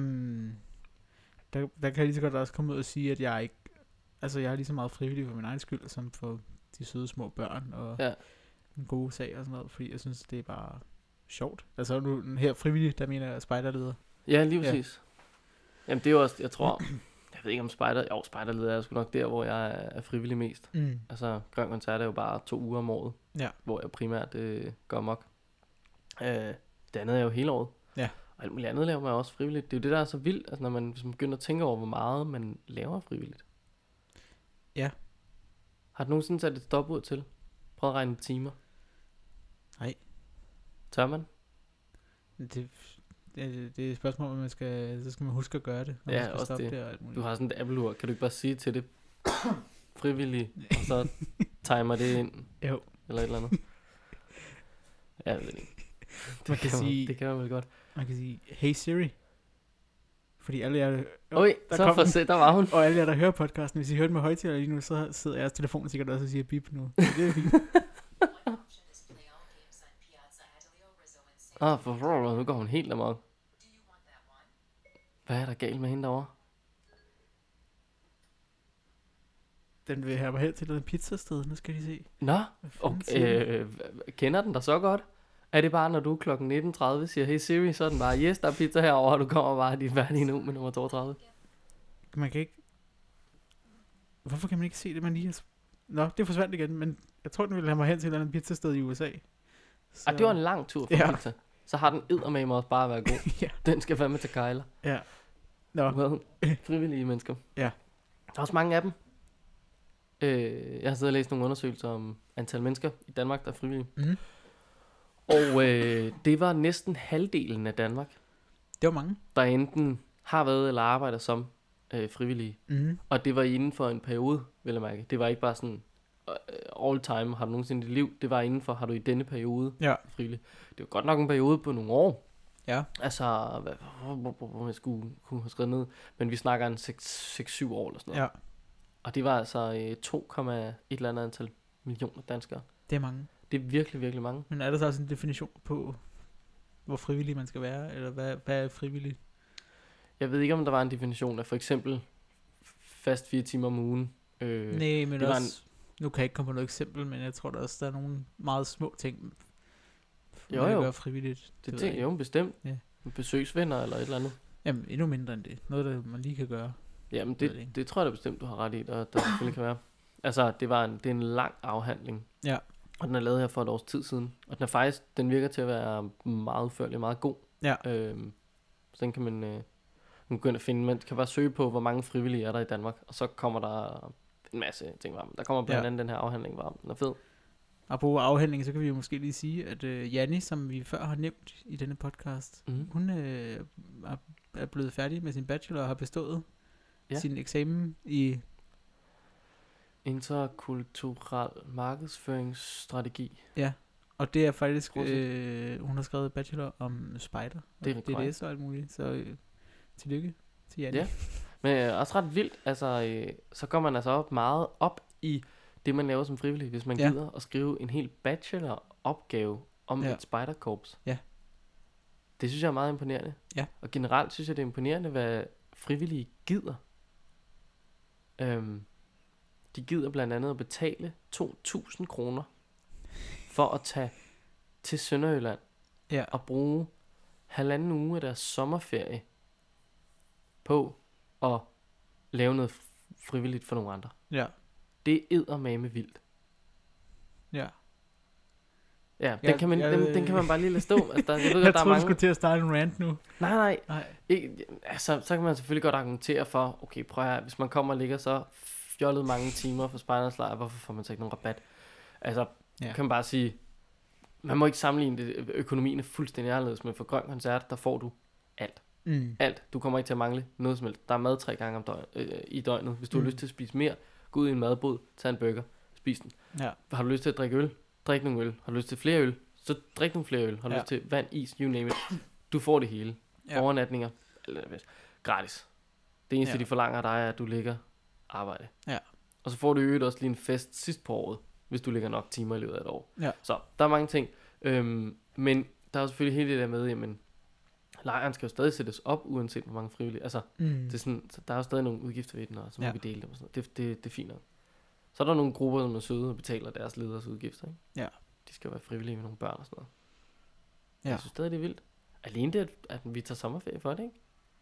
der kan jeg lige så godt også komme ud og sige, at jeg ikke... Altså, jeg er lige så meget frivillig for min egen skyld, som for de søde små børn og en god sag og sådan noget. Fordi jeg synes, det er bare sjovt. Altså, nu her frivillig, der mener jeg spejderleder. Ja, lige præcis. Ja. Jamen, det er jo også... Jeg tror... Jeg ved ikke om spejderleder er sgu nok der, hvor jeg er frivillig mest. Altså, grøn koncert er jo bare 2 uger om året, hvor jeg primært går amok. Det andet er jo hele året. Ja. Og alt muligt andet laver man også frivilligt. Det er jo det, der er så vildt, altså, når hvis man begynder at tænke over, hvor meget man laver frivilligt. Ja. Har du nogensinde sat et stopur til? Prøv at regne timer. Nej. Tør man? Det er et spørgsmål, om man så skal man huske at gøre det. Ja, også det. Der, du har sådan et Apple-ur. Kan du ikke bare sige til det frivilligt, og så timer det ind? Jo. Eller et eller andet. Jeg ved ikke. Det kan man vel godt. Man kan sige, hey Siri. Fordi alle jer... der var hun. Og alle jer, der hører podcasten, hvis I hørte med højtaler lige nu, så sidder jeres telefon sikkert også og siger bip nu. Det er fint. For nu går hun helt amok. Hvad er der galt med hende derovre? Den vil have mig hen til et pizzasted, nu skal de se. Nå, kender den dig så godt? Er det bare, når du klokken 19.30 siger, hey Siri, så er den bare, yes, der er pizza herovre, og du kommer bare, de er færdige nu med nummer 32. Man kan ikke... Hvorfor kan man ikke se det, man lige har... Nå, det forsvandt igen, men jeg tror, den ville have mig hen til et eller andet pizzasted i USA. Så... det var en lang tur for pizza. Så har den eddermame også bare været god. Ja. Den skal fandme til kejler. Ja. Nå. Frivillige mennesker. Ja. Der er også mange af dem. Jeg har siddet og læst nogle undersøgelser om antal mennesker i Danmark, der er frivillige. Mm. Og det var næsten halvdelen af Danmark. Det var mange. Der enten har været eller arbejder som frivillige. Mm. Og det var inden for en periode, vil jeg mærke. Det var ikke bare sådan all time, har du nogensinde i dit liv. Det var inden for, har du i denne periode frivillig. Det var godt nok en periode på nogle år. Ja. Altså, hvor jeg skulle kunne have skrevet ned. Men vi snakker en 6-7 år eller sådan noget. Ja. Og det var altså 2,1 eller andet antal millioner danskere. Det er mange. Det er virkelig, virkelig mange. Men er der så også en definition på, hvor frivillig man skal være? Eller hvad er frivillig? Jeg ved ikke, om der var en definition af for eksempel fast 4 timer om ugen. Nej, men også... Nu kan jeg ikke komme på noget eksempel, men jeg tror der også, der er nogle meget små ting, jo. Gør frivilligt. Det ting, jo, bestemt. Ja. Besøgsvenner eller et eller andet. Jamen, endnu mindre end det. Noget, der man lige kan gøre. Jamen, det tror jeg da bestemt, du har ret i, der selvfølgelig kan være. Altså, det er en lang afhandling. Ja. Og den er lavet her for et års tid siden. Og den virker til at være meget udførlig og meget god. Ja. Så den kan man begynde at finde. Man kan bare søge på, hvor mange frivillige er der i Danmark. Og så kommer der en masse ting frem. Der kommer blandt andet den her afhandling frem. Den er fed. Apropos afhandling, så kan vi jo måske lige sige, at Janni, som vi før har nævnt i denne podcast, hun er blevet færdig med sin bachelor og har bestået sin eksamen i interkulturel markedsføringsstrategi. Ja, og det er faktisk, hun har skrevet bachelor om spejder. Det er så alt muligt, så tillykke til Janni. Ja, men også ret vildt, altså, så går man altså meget op i det, man laver som frivillig, hvis man gider at skrive en hel bacheloropgave om et spejderkorps. Ja. Det synes jeg er meget imponerende. Ja. Og generelt synes jeg, det er imponerende, hvad frivillige gider. De gider blandt andet at betale 2.000 kroner for at tage til Sønderjylland og bruge 1,5 uge af deres sommerferie på at lave noget frivilligt for nogle andre. Ja. Det er eddermame vildt. Ja. Ja, den kan man bare lige lade stå. Altså, jeg ved, jeg troede, du skulle til at starte en rant nu. Nej. Ikke, altså, så kan man selvfølgelig godt argumentere for, okay, prøv at hvis man kommer og ligger så fjollet mange timer for spejderslejr, hvorfor får man så ikke nogen rabat? Altså, kan man bare sige, man må ikke sammenligne det. Økonomien er fuldstændig anderledes, men for Grøn Koncert, der får du alt. Alt. Du kommer ikke til at mangle noget som helst. Der er mad 3 gange i døgnet. Hvis du har lyst til at spise mere, gå ud i en madbod, tag en burger, spis den. Ja. Har du lyst til at drikke øl? Drik nogle øl. Har du lyst til flere øl? Så drik nogle flere øl. Har du lyst til vand, is, you name it. Du får det hele. Overnatninger. Gratis. Det eneste, de forlanger af dig, er, at du ligger arbejde. Ja. Og så får du også lige en fest sidst på året, hvis du ligger nok timer i løbet af et år. Ja. Så der er mange ting. Men der er selvfølgelig hele det der med, jamen, lejren skal jo stadig sættes op, uanset hvor mange frivillige. Altså, det er sådan, så der er jo stadig nogle udgifter ved den, og så må vi dele dem og sådan noget. Det er fint nok. Så er der nogle grupper, som er søde og betaler deres leders udgifter, ikke? Ja. De skal jo være frivillige med nogle børn og sådan noget. Ja. Jeg synes stadig, det er vildt. Alene det, at vi tager sommerferie for det, ikke?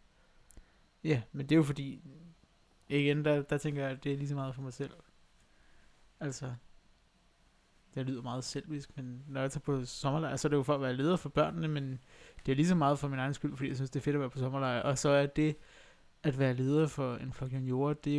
Ja, men det er jo fordi, igen, der tænker jeg, at det er lige så meget for mig selv. Altså, det lyder meget selvisk, men når jeg tager på sommerlejr, så er det jo for at være leder for børnene, men det er lige så meget for min egen skyld, fordi jeg synes, det er fedt at være på sommerlejr. Og så er det at være leder for en flok juniorer, det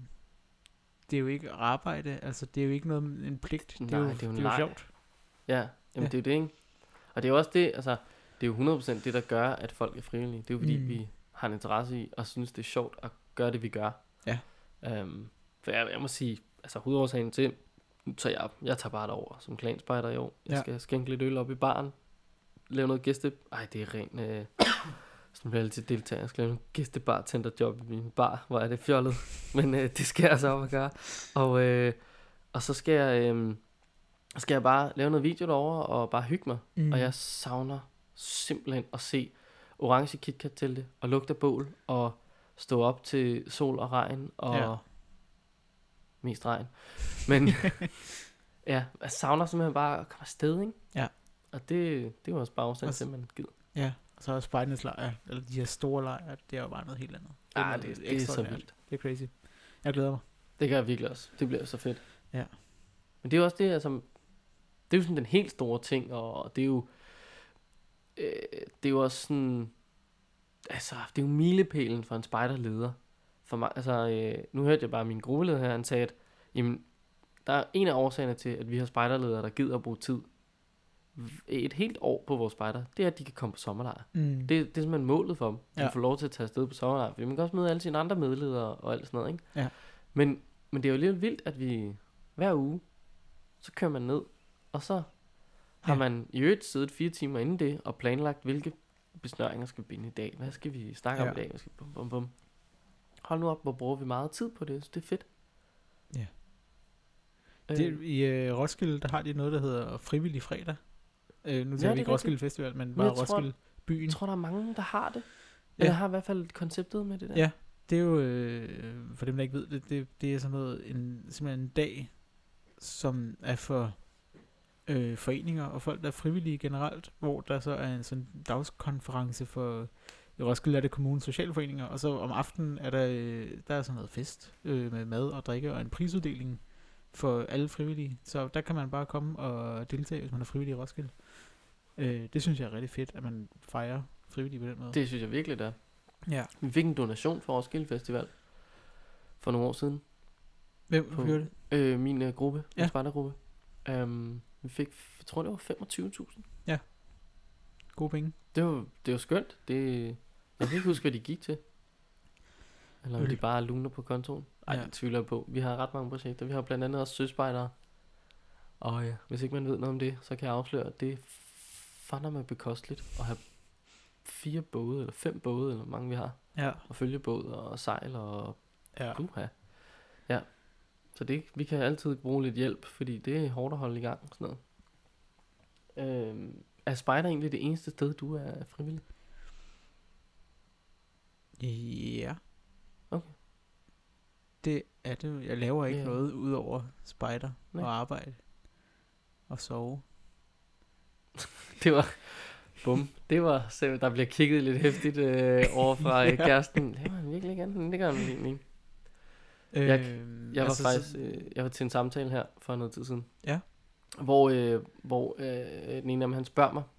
er jo ikke arbejde, altså det er jo ikke noget en pligt. Det er jo sjovt. Ja, jamen det er jo det, ikke? Og det er jo også det, altså det er jo 100% det, der gør, at folk er frivillige. Det er jo fordi, vi har en interesse i, og synes, det er sjovt at gøre det, vi gør. Ja. For jeg må sige, altså hovedårsagen til, så jeg tager bare derover som klanspejder i år. Jeg skal skænke lidt øl op i baren, lave noget det er rent... Så bliver jeg altid deltager. Jeg skal lave en gæstebartenderjob i min bar, hvor er det fjollet. Men det skal jeg så op at gøre. Og så skal jeg bare lave noget video derovre og bare hygge mig. Og jeg savner simpelthen at se orange KitKat til det, og lugte bål, og stå op til sol og regn, og mest regn. Men jeg savner simpelthen bare at komme afsted, ikke? Ja. Og det er jo også bare årsagen til, at man gider. Ja. Og så er spejdernes lejr, eller de her store lejre, det er jo bare noget helt andet. Det er så vildt. Det er crazy. Jeg glæder mig. Det gør jeg virkelig også. Det bliver så fedt. Ja. Men det er jo også det, altså, det er jo sådan den helt store ting, og det er jo også sådan, altså, det er jo milepælen for en spejderleder. For mig, altså, nu hørte jeg bare min gruppeleder her, han sagde, at jamen, der er en af årsagerne til, at vi har spejderledere, der gider at bruge tid et helt år på vores spejder, det er, at de kan komme på sommerlejr. Det er simpelthen målet for dem. De får lov til at tage afsted på sommerlejr, for man kan også møde alle sine andre medledere og alt sådan noget, ikke? Ja. Men det er jo lidt vildt, at vi hver uge, så kører man ned, og så har man i øvrigt siddet 4 timer inden det, og planlagt, hvilke besnøringer skal vi binde i dag, hvad skal vi snakke om i dag, hvad skal bum. Hold nu op, hvor bruger vi meget tid på det, så det er fedt. Ja. Det, i Roskilde, der har de noget, der hedder Frivillig Fredag. Nu tager vi ikke Roskilde Festival, men bare Roskilde byen. Jeg tror, der er mange, der har det. Eller har i hvert fald konceptet med det der. Ja, det er jo, for dem, der ikke ved det, det er sådan noget, simpelthen en dag, som er for foreninger og folk, der er frivillige generelt, hvor der så er en sådan dagskonference for, i Roskilde er det kommunens socialforeninger, og så om aftenen er der er sådan noget fest med mad og drikke og en prisuddeling for alle frivillige. Så der kan man bare komme og deltage, hvis man er frivillig i Roskilde. Det synes jeg er rigtig fedt, at man fejrer frivillige på den måde. Det synes jeg virkelig, der. Ja. Vi fik en donation for Roskilde Festival for nogle år siden. Hvem gjorde det? Min gruppe, min spejdergruppe. Vi fik, jeg tror det var 25.000. Ja. Gode penge. Det var skønt. Jeg kan ikke huske, hvad de gik til. Eller om de bare luner på kontoen. Ej, det tvivler jeg på. Vi har ret mange projekter. Vi har blandt andet også søspejdere. Og ja, hvis ikke man ved noget om det, så kan jeg afsløre, at det fandme med bekosteligt at have 4 både, eller 5 både, eller hvor mange vi har. Ja. Og følgebåd og sejl og ja. Ja. Så vi kan altid bruge lidt hjælp, fordi det er hårdt at holde i gang og sådan noget. Er spejder egentlig det eneste sted, du er frivillig? Ja. Okay. Det er det. Jeg laver ikke noget udover spejder og arbejde og sove. Det var bum. Det var selv, der bliver kigget lidt hæftigt over fra kæresten. Det var virkelig ikke andet. Det gør han egentlig. Jeg var faktisk jeg var til en samtale her for noget tid siden. Ja. Hvor den ene af dem, han spørger mig,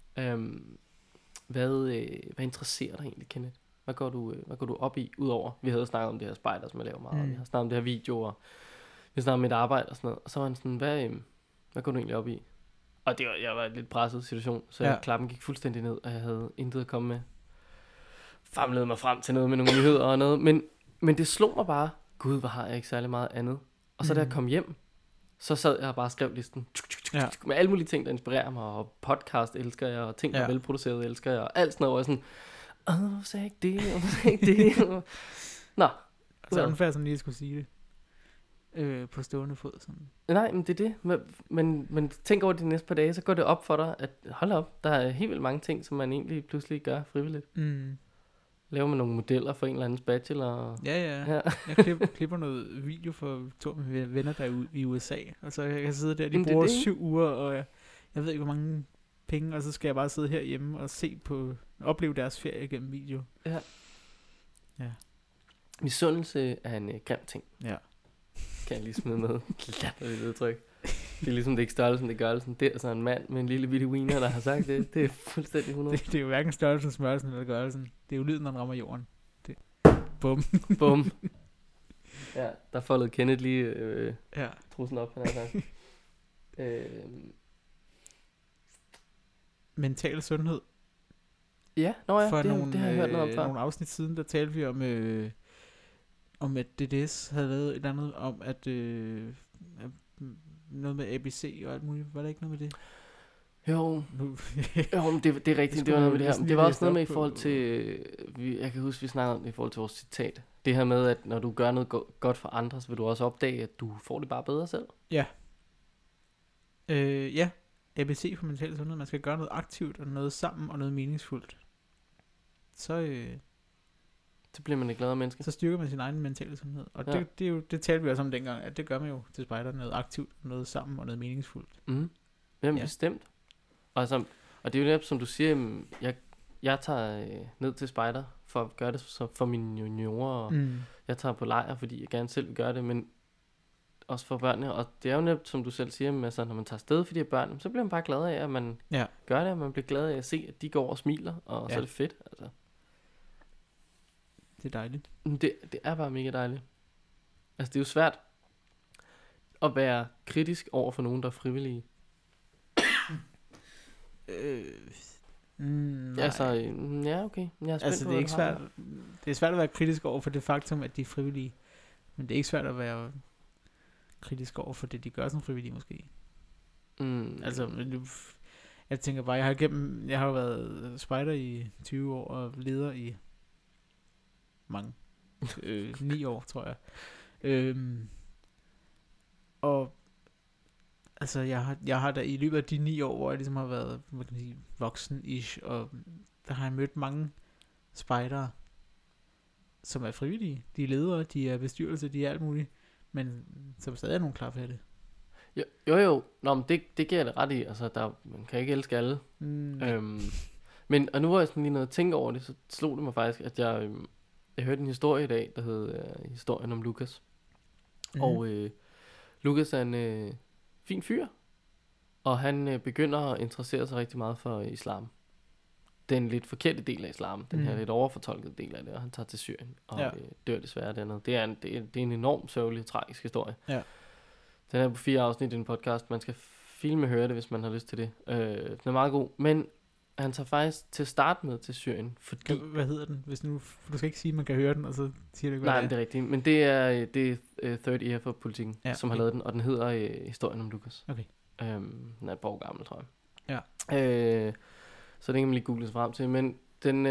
hvad interesserer dig egentlig, Kenneth? Hvad går du op i, udover vi havde snakket om det her spejder, som jeg laver meget, og vi har snakket om det her videoer, vi snakkede om mit arbejde og sådan noget, og så var han sådan, hvad går du egentlig op i? Og jeg var i en lidt presset situation, så klappen gik fuldstændig ned, og jeg havde intet at komme med. Famlede mig frem til noget med nogle nyheder og noget, men det slog mig bare, gud, hvor har jeg ikke særlig meget andet. Og så da jeg kom hjem, så sad jeg og bare skrev listen med alle mulige ting, der inspirerer mig, og podcast elsker jeg, og ting, der er velproduceret elsker jeg, og alt sådan noget, og jeg sådan, hvorfor sagde jeg ikke det, hvorfor sagde jeg ikke det? Nå. Så undfærd, som lige skulle sige det. På stående fod sådan. Nej, men det er det. Men tænk over de næste par dage, så går det op for dig, at hold op, der er helt vildt mange ting, som man egentlig pludselig gør frivilligt. Laver man nogle modeller for en eller andens bachelor. Ja. Jeg klipper noget video for 2 af mine venner, der er i USA. Og så jeg kan sidde der, de bruger 7 uger, og jeg ved ikke, hvor mange penge, og så skal jeg bare sidde herhjemme og opleve deres ferie gennem video. Ja. Misundelse er en grim ting. Ja. Kan jeg lige smide med. Latterligt udtryk. Det er ligesom, det ikke størrelsen, det er gørelsen. Det er så en mand med en lille bitte wiener, der har sagt det. Det er fuldstændig 100. Det er jo hverken størrelsen, smørelsen eller gørelsen. Det er jo lyden, når den rammer jorden. Bum. Bum. Ja, der foldede Kenneth lige trussen op, han har sagt. Mental sundhed. Ja, det har jeg hørt noget om før. Nogle afsnit siden, der talte vi om at DDS havde lavet et eller andet om, at noget med ABC og alt muligt. Var der ikke noget med det? Jo, det er rigtigt, det var noget med det her. Det var også noget med i forhold til, jeg kan huske, vi snakkede om det i forhold til vores citat. Det her med, at når du gør noget godt for andre, så vil du også opdage, at du får det bare bedre selv. Ja. ABC for mental sundhed. Man skal gøre noget aktivt og noget sammen og noget meningsfuldt. Så bliver man et gladere menneske. Så styrker man sin egen mentale sundhed. Og det talte vi også om dengang, at det gør man jo til spejder, noget aktivt, noget sammen og noget meningsfuldt. Jamen bestemt. Og det er jo netop, som du siger, jeg tager ned til spejder for at gøre det for mine juniorer, og jeg tager på lejr, fordi jeg gerne selv vil gøre det, men også for børnene, og det er jo nemt, som du selv siger, med, altså, når man tager afsted for de her børn, så bliver man bare glad af, at man gør det, og man bliver glad af at se, at de går og smiler, og så er det fedt. Altså. Det er dejligt. Det er bare mega dejligt. Altså, det er jo svært at være kritisk over for nogen, der er frivillige. Nej. Altså, ja, okay. Jeg er spændt altså, på, det er ikke svært. Det er svært at være kritisk over for det faktum, at de er frivillige. Men det er ikke svært at være kritisk over for det, de gør som frivillige, måske. Altså, jeg tænker bare, jeg har jo været spejder i 20 år, og leder i mange. 9 år, tror jeg. Og altså, jeg har da i løbet af de 9 år, hvor jeg ligesom har været, hvad kan man sige, voksen-ish, og der har jeg mødt mange spejdere, som er frivillige. De er ledere, de er bestyrelse, de er alt muligt, men som stadig er nogle klarfærdige. Jo. Nå, men det giver jeg det ret i. Altså, man kan ikke elske alle. Men, og nu var jeg sådan lige noget at tænke over det, så slog det mig faktisk, at jeg hørte en historie i dag, der hed historien om Lukas. Og Lukas er en fin fyr, og han begynder at interessere sig rigtig meget for islam. Den lidt forkerte del af islam, den her lidt overfortolkede del af det, og han tager til Syrien og dør desværre dernede. Det er en enorm sørgelig, tragisk historie. Ja. Den er på 4 afsnit i en podcast. Man skal filme og høre det, hvis man har lyst til det. Den er meget god, men han tager faktisk til at starte med til Syrien, fordi... Hvad hedder den? Hvis nu, du skal ikke sige, at man kan høre den, og så siger du ikke, hvad Nej, det er rigtigt. Men det er Third Ear for Politikken, som har lavet den, og den hedder Historien om Lukas. Okay. Den er et par år gammel, tror jeg. Ja. Så det kan man lige google sig frem til. Men den...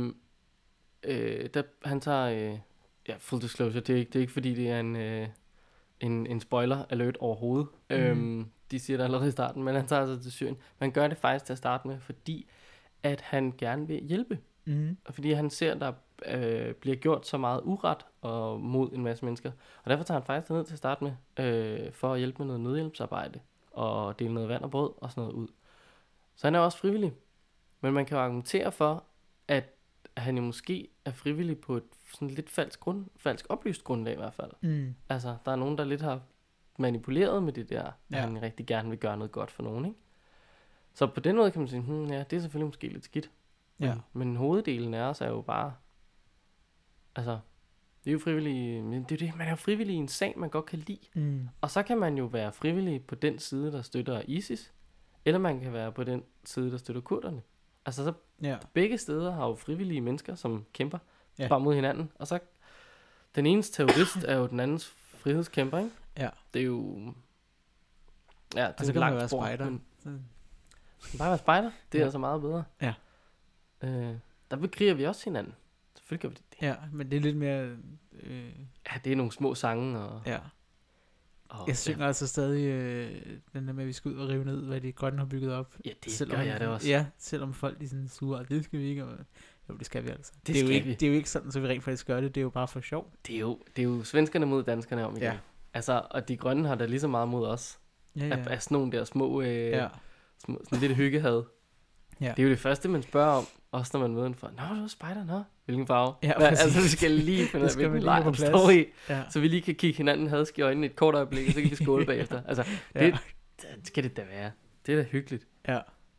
han tager... full disclosure, det er ikke fordi, det er en spoiler alert overhovedet. De siger det allerede i starten, men han tager altså til Syrien. Man gør det faktisk til at starte med, fordi at han gerne vil hjælpe. Og fordi han ser, der bliver gjort så meget uret og mod en masse mennesker. Og derfor tager han faktisk ned til at starte med, for at hjælpe med noget nødhjælpsarbejde, og dele noget vand og brød og sådan noget ud. Så han er også frivillig. Men man kan jo argumentere for, at han jo måske er frivillig på et sådan lidt falsk oplyst grundlag i hvert fald. Altså, der er nogen, der lidt har manipuleret med det der, at han rigtig gerne vil gøre noget godt for nogen, ikke? Så på den måde kan man sige, det er selvfølgelig måske lidt skidt. Men hoveddelen af os er jo bare, altså, det er jo frivillige, men det er det, man er jo frivillig i en sag, man godt kan lide. Og så kan man jo være frivillig på den side, der støtter ISIS, eller man kan være på den side, der støtter kurderne. Altså, så begge steder har jo frivillige mennesker, som kæmper bare mod hinanden, og så den enes terrorist er jo den andens frihedskæmper, ikke? Ja. Det er jo... Ja, det er kan man være spejder. Man kan bare være spejder. Det er altså meget bedre. Ja. Der bekriger vi også hinanden. Selvfølgelig gør vi det. Ja, men det er lidt mere... Ja, det er nogle små sange og... Ja. Jeg synger altså stadig den der med, at vi skal ud og rive ned, hvad de grønne har bygget op. Ja, det gør jeg det også. Ja, selvom folk de sådan sure, det skal vi ikke. Jo, det skal vi altså. Det er jo ikke sådan, så vi rent faktisk gør det. Det er jo bare for sjov. Det er jo svenskerne mod danskerne om igen. Ja. Altså, og de grønne har da lige så meget mod os. Af sådan nogle der små, sådan lidt hyggehad. Ja. Det er jo det første, man spørger om, også når man møder en for. Nå, du er spejder, nå. Hvilken farve? Ja, altså, vi skal lige finde ud af, hvilken lejr du står i. Ja. Så vi lige kan kigge hinanden hadsk i øjnene et kort øjeblik, og så kan vi skåle bagefter. Altså, det skal det da være. Det er da hyggeligt. Ja.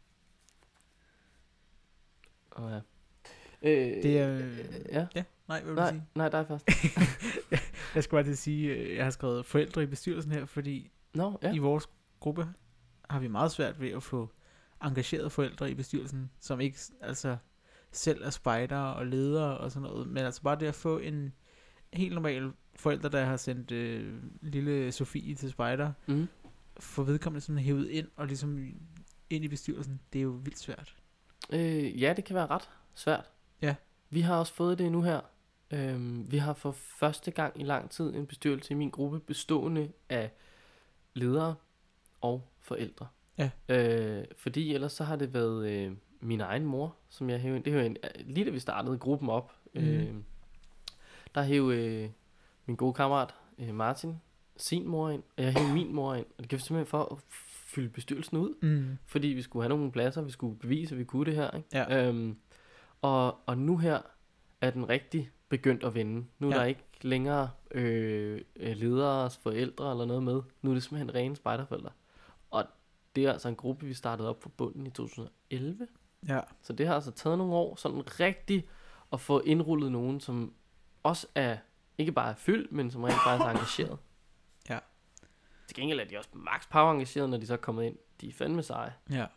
Og ja. Det er... Ja. Nej, hvad vil du sige? Nej, dig først. Jeg skal bare til at sige, jeg har skrevet forældre i bestyrelsen her, fordi i vores gruppe har vi meget svært ved at få engagerede forældre i bestyrelsen, som ikke altså selv er spejdere og ledere og sådan noget, men altså bare det at få en helt normal forælder, der har sendt lille Sofie til spejder, få vedkommende sådan hævet ind og ligesom ind i bestyrelsen, det er jo vildt svært. Ja, det kan være ret svært. Ja. Vi har også fået det nu her. Vi har for første gang i lang tid en bestyrelse i min gruppe bestående af ledere og forældre. Ja. Fordi ellers så har det været min egen mor, som jeg hævde. Det er jo lige da vi startede gruppen op, der hævde min gode kammerat Martin sin mor ind, og jeg hævde min mor ind. Og det gjorde vi simpelthen for at fylde bestyrelsen ud, fordi vi skulle have nogle pladser, vi skulle bevise, at vi kunne det her, ikke? Ja. Og nu her er den rigtig begyndt at vende. Nu er der ikke længere lederes forældre eller noget med. Nu er det simpelthen rene spejderforældre. Og det er altså en gruppe, vi startede op fra bunden i 2011. Ja. Så det har altså taget nogle år, sådan rigtig at få indrullet nogen, som også er, ikke bare er fyldt, men som rent faktisk er engageret. Ja. Til gengæld er de også max power engageret, når de så er kommet ind. De er fandme seje. Ja.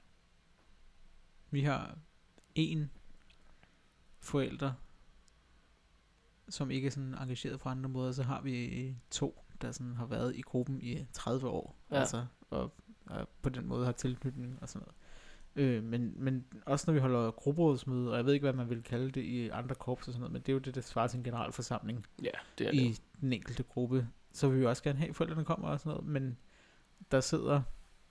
Vi har en forælder, som ikke er sådan engageret på andre måder. Så har vi 2, der sådan har været i gruppen i 30 år. Ja. Altså, og på den måde har tilknytning og sådan noget. Men også når vi holder grupperådsmøde, og jeg ved ikke, hvad man vil kalde det i andre korps og sådan noget, men det er jo det, der svarer til en generalforsamling det er i det. Den enkelte gruppe. Så vil vi også gerne have, at forældrene kommer og sådan noget, men der sidder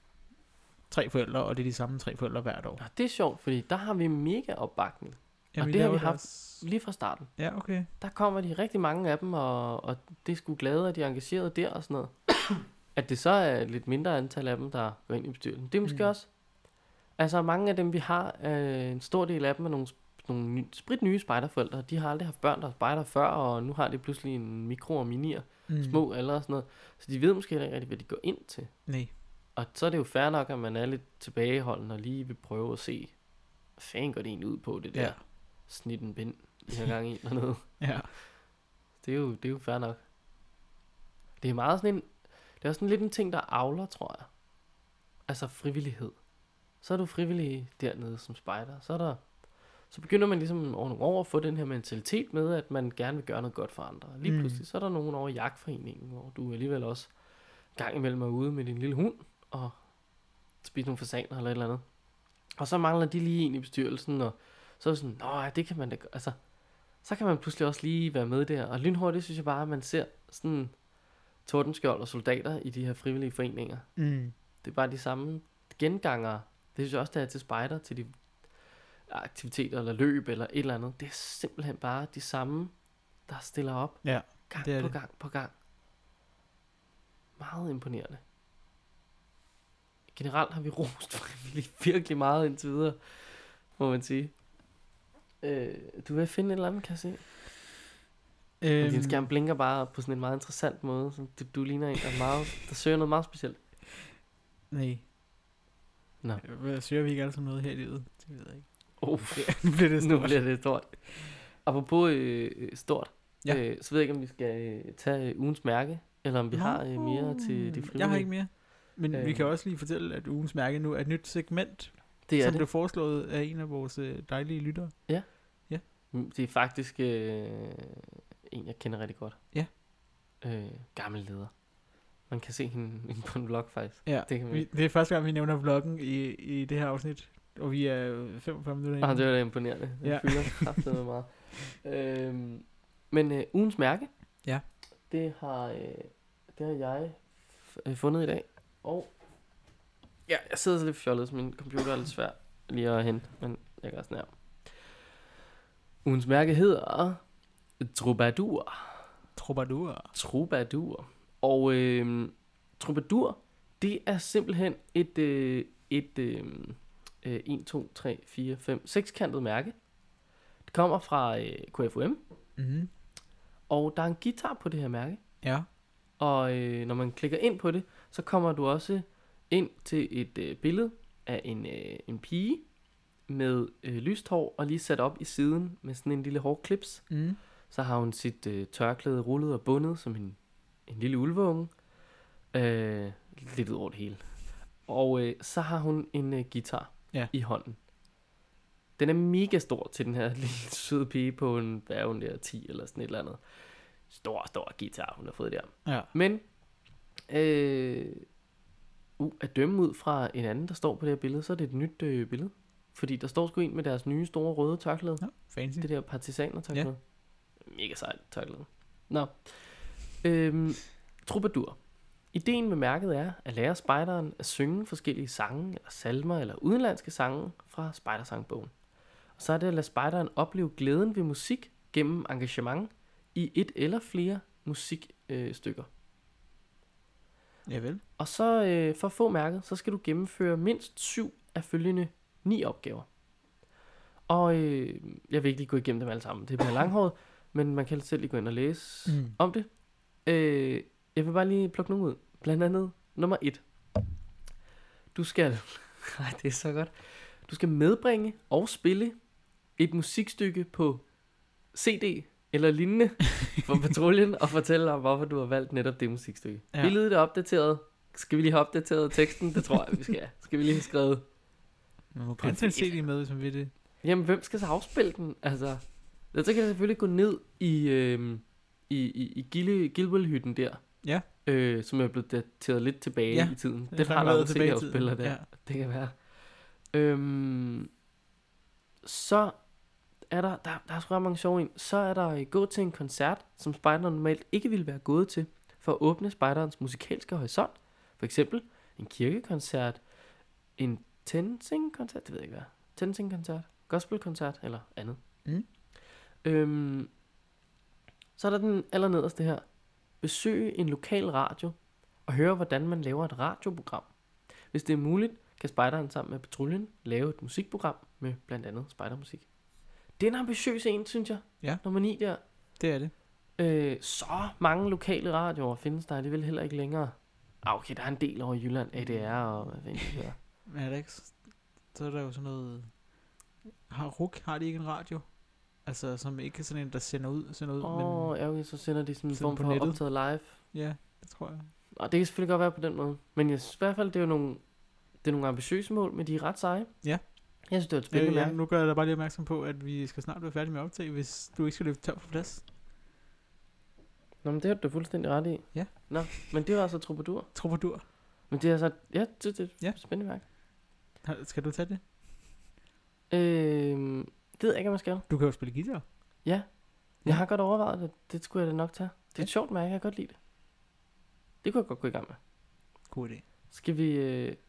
3 forældre, og det er de samme 3 forældre hvert år. Ja, det er sjovt, fordi der har vi mega opbakning. Jamen, og det har vi haft lige fra starten. Ja, okay. Der kommer de rigtig mange af dem, og det er sgu glade, at de er engageret der og sådan noget. At det så er lidt mindre antal af dem, der går ind i bestyrelsen. Det er måske også. Altså mange af dem, vi har, en stor del af dem er nogle spritnye spejderforældre. De har aldrig haft børn, der er spejder før, og nu har de pludselig en mikro og minier, små alder og sådan noget. Så de ved måske ikke rigtig, hvad de går ind til. Nej. Og så er det jo fair nok, at man er lidt tilbageholdende og lige vil prøve at se, hvad fanden går det egentlig ud på, det der snit en bind, de har gang i eller noget. Ja. Det er jo fair nok. Det er meget sådan en, det er også sådan lidt en ting, der avler, tror jeg. Altså frivillighed. Så er du frivillig dernede som spejder. Så begynder man ligesom over nogle år at få den her mentalitet med, at man gerne vil gøre noget godt for andre. Lige pludselig, så er der nogen over i jagtforeningen, hvor du alligevel også gang imellem er ude med din lille hund, og spise nogle fasaner eller et eller andet. Og så mangler de lige en i bestyrelsen, og så er det sådan, ja, det kan man da, altså, så kan man pludselig også lige være med der. Og lynhurtigt synes jeg bare, at man ser sådan tordenskjold og soldater i de her frivillige foreninger. Det er bare de samme gengangere. Det synes jeg også, det er til spejder, til de aktiviteter eller løb eller et eller andet. Det er simpelthen bare de samme, der stiller op gang på gang. Meget imponerende. Generelt har vi rost frivilligt virkelig meget indtil videre, må man sige. Du vil finde et eller andet, kan jeg se? Din skærm blinker bare på sådan en meget interessant måde. Så du ligner en, der søger noget meget specielt. Nej. Nå. Søger vi ikke alle sammen noget her i livet? Det ved jeg ikke. Nu bliver det stort. Apropos stort, så ved jeg ikke, om vi skal tage ugens mærke, eller om vi har mere til de frivillige. Jeg har ikke mere. Men vi kan også lige fortælle, at ugens mærke nu er et nyt segment, som blev foreslået af en af vores dejlige lyttere. Ja. Det er faktisk en, jeg kender rigtig godt. Ja. Gammel leder. Man kan se hende på en vlog faktisk. Ja, det er første gang, vi nævner vloggen i det her afsnit. Og vi er 45 minutter inde. Det var da imponerende. Det fylder kraftigt meget. Men ugens mærke, det har jeg fundet i dag. Og jeg sidder så lidt fjollet, så min computer er lidt svær lige at hente, men jeg kan sådan her. Ugens mærke hedder Troubadour. Og Troubadour, det er simpelthen et 1, 2, 3, 4, 5, 6-kantet mærke. Det kommer fra KFUM. Og der er en guitar på det her mærke. Ja. Og når man klikker ind på det, så kommer du også ind til et billede af en pige med lyst hår og lige sat op i siden med sådan en lille hårklips. Så har hun sit tørklæde rullet og bundet som en lille ulveunge. Lidt ud over det hele. Og så har hun en guitar i hånden. Den er mega stor til den her lille søde pige på en bærgen der 10 eller sådan et eller andet. Stor guitar, hun har fået der. Ja. Men at dømme ud fra en anden, der står på det her billede, så er det et nyt billede. Fordi der står sgu en med deres nye store røde tørklæde. Ja, fancy. Det der partisaner tørklæde. Mega sejt tørklæde. Nå. Troubadour. Ideen med mærket er at lære spejderen at synge forskellige sange, eller salmer, eller udenlandske sange fra spejdersangbogen. Og så er det at lade spejderen opleve glæden ved musik gennem engagement i et eller flere musikstykker. Javel. Og så for at få mærket, så skal du gennemføre mindst 7 af følgende 9 opgaver. Og jeg vil ikke lige gå igennem dem alle sammen, det bliver langhåret. Men man kan selv lige gå ind og læse om det. Jeg vil bare lige plukke nogle ud. Blandt andet nummer 1. Du skal... Nej, det er så godt. Du skal medbringe og spille et musikstykke på CD eller lignende for patruljen og fortælle om, hvorfor du har valgt netop det musikstykke. Ja. Billedet er opdateret. Skal vi lige have opdateret teksten? Det tror jeg, vi skal. Skal vi lige have skrevet... Man må kun tage en CD med, hvis man vil det. Jamen, hvem skal så afspille den? Altså, så kan jeg selvfølgelig gå ned i Gilwell-hytten der. Ja. Som er blevet dateret lidt tilbage i tiden. Det har der en CD-afspiller der. Ja. Det kan være. Så er der er sgu mange sjove ind. Så er der gå til en koncert, som spejderen normalt ikke ville være gået til, for at åbne spejderens musikalske horisont. For eksempel en kirkekoncert, en TenSing-koncert, det ved jeg ikke hvad. TenSing-koncert, gospel-koncert eller andet. Så er der den allernederste her. Besøge en lokal radio og høre, hvordan man laver et radioprogram. Hvis det er muligt, kan spejderen sammen med patruljen lave et musikprogram med blandt andet spejdermusik. Det er en ambitiøs en, synes jeg. Ja. Nummer 9 der. Det er det. Så mange lokale radioer findes der alligevel heller ikke længere. Okay, der er en del over i Jylland, ADR og hvad fanden det hedder. Men er det ikke... Så er der jo sådan noget... Har de ikke en radio? Altså, som ikke er sådan en, der sender ud. Ja, okay, så sender de sådan en form for optaget live. Ja, det tror jeg. Og det kan selvfølgelig godt være på den måde. Men jeg synes i hvert fald, det er nogle ambitiøse mål, men de er ret seje. Ja. Jeg synes, det er et spændende mærke. Nu gør jeg da bare lige opmærksom på, at vi skal snart være færdige med optag, hvis du ikke skal løbe tør for plads. Nå, men det har du fuldstændig ret i. Ja. Nå, men det var altså Troubadour. Troubadour. Men det er altså, ja, det er et spændende mærke. Skal du tage det? Det ved jeg ikke, om jeg skal. Du kan jo spille guitar. Ja. Jeg har godt overvejet det. Det skulle jeg da nok tage. Det er et sjovt mærke, jeg kan godt lide det. Det kunne jeg godt gå i gang med. God idé. Skal vi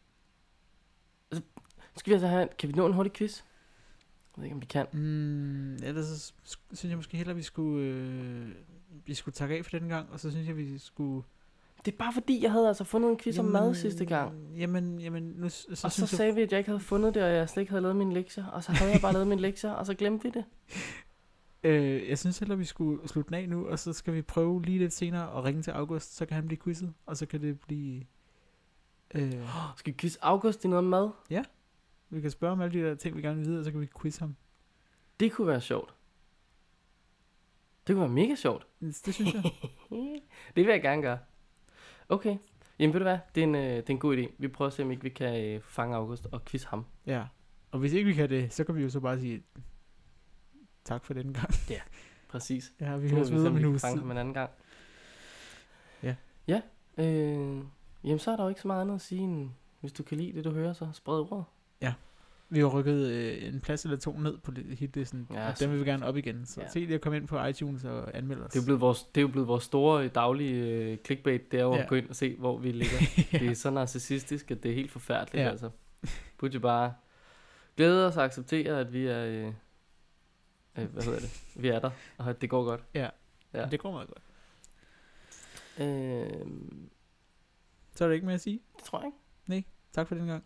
altså have... Kan vi nå en hurtig quiz? Jeg ved ikke, om vi kan. Ellers så synes jeg måske hellere, vi skulle takke af for den gang. Og så synes jeg, vi skulle... Det er bare fordi, jeg havde altså fundet en quiz om mad sidste gang. Jamen nu... Og så sagde vi, at jeg ikke havde fundet det, og jeg slet ikke havde lavet mine lektier. Og så havde jeg bare lavet mine lektier, og så glemte vi det. Jeg synes heller, vi skulle slutte den af nu, og så skal vi prøve lige lidt senere at ringe til August, så kan han blive quizzet, og så kan det blive... Skal vi quiz August i noget mad? Ja. Vi kan spørge om alle de der ting, vi gerne vil vide, og så kan vi quizze ham. Det kunne være sjovt. Det kunne være mega sjovt. Det synes jeg. Det vil jeg gerne gøre. Okay. Jamen ved du hvad, det er en god idé. Vi prøver at se, om ikke vi kan fange August og quizze ham. Ja. Og hvis ikke vi kan det, så kan vi jo så bare sige tak for den gang. Ja, præcis. Ja, vi høres videre med nu. Fange ham en anden gang. Ja. Ja. Jamen så er der jo ikke så meget andet at sige, end hvis du kan lide det, du hører, så spred ordet. Ja. Vi har rykket en plads eller to ned på hitlisten, og dem vil vi gerne op igen. Så se lige at komme ind på iTunes og anmelde os. Det er jo blevet vores store daglige clickbait, det er jo at gå ind og se, hvor vi ligger. Det er så narcissistisk, at det er helt forfærdeligt. Altså. Burde jo bare glæde os og acceptere, at vi er... Vi er der, og at det går godt. Ja. Det går meget godt. Så er der ikke mere at sige? Det tror jeg ikke. Nej, tak for den gang.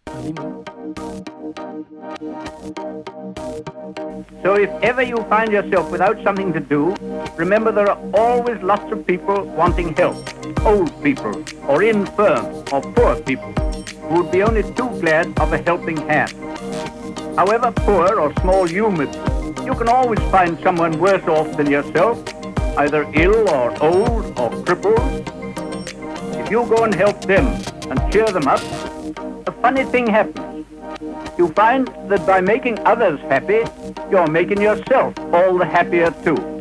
So if ever you find yourself without something to do, remember there are always lots of people wanting help. Old people, or infirm, or poor people, who would be only too glad of a helping hand. However poor or small you may be, you can always find someone worse off than yourself, either ill or old or crippled. If you go and help them and cheer them up, a funny thing happens. You find that by making others happy, you're making yourself all the happier too.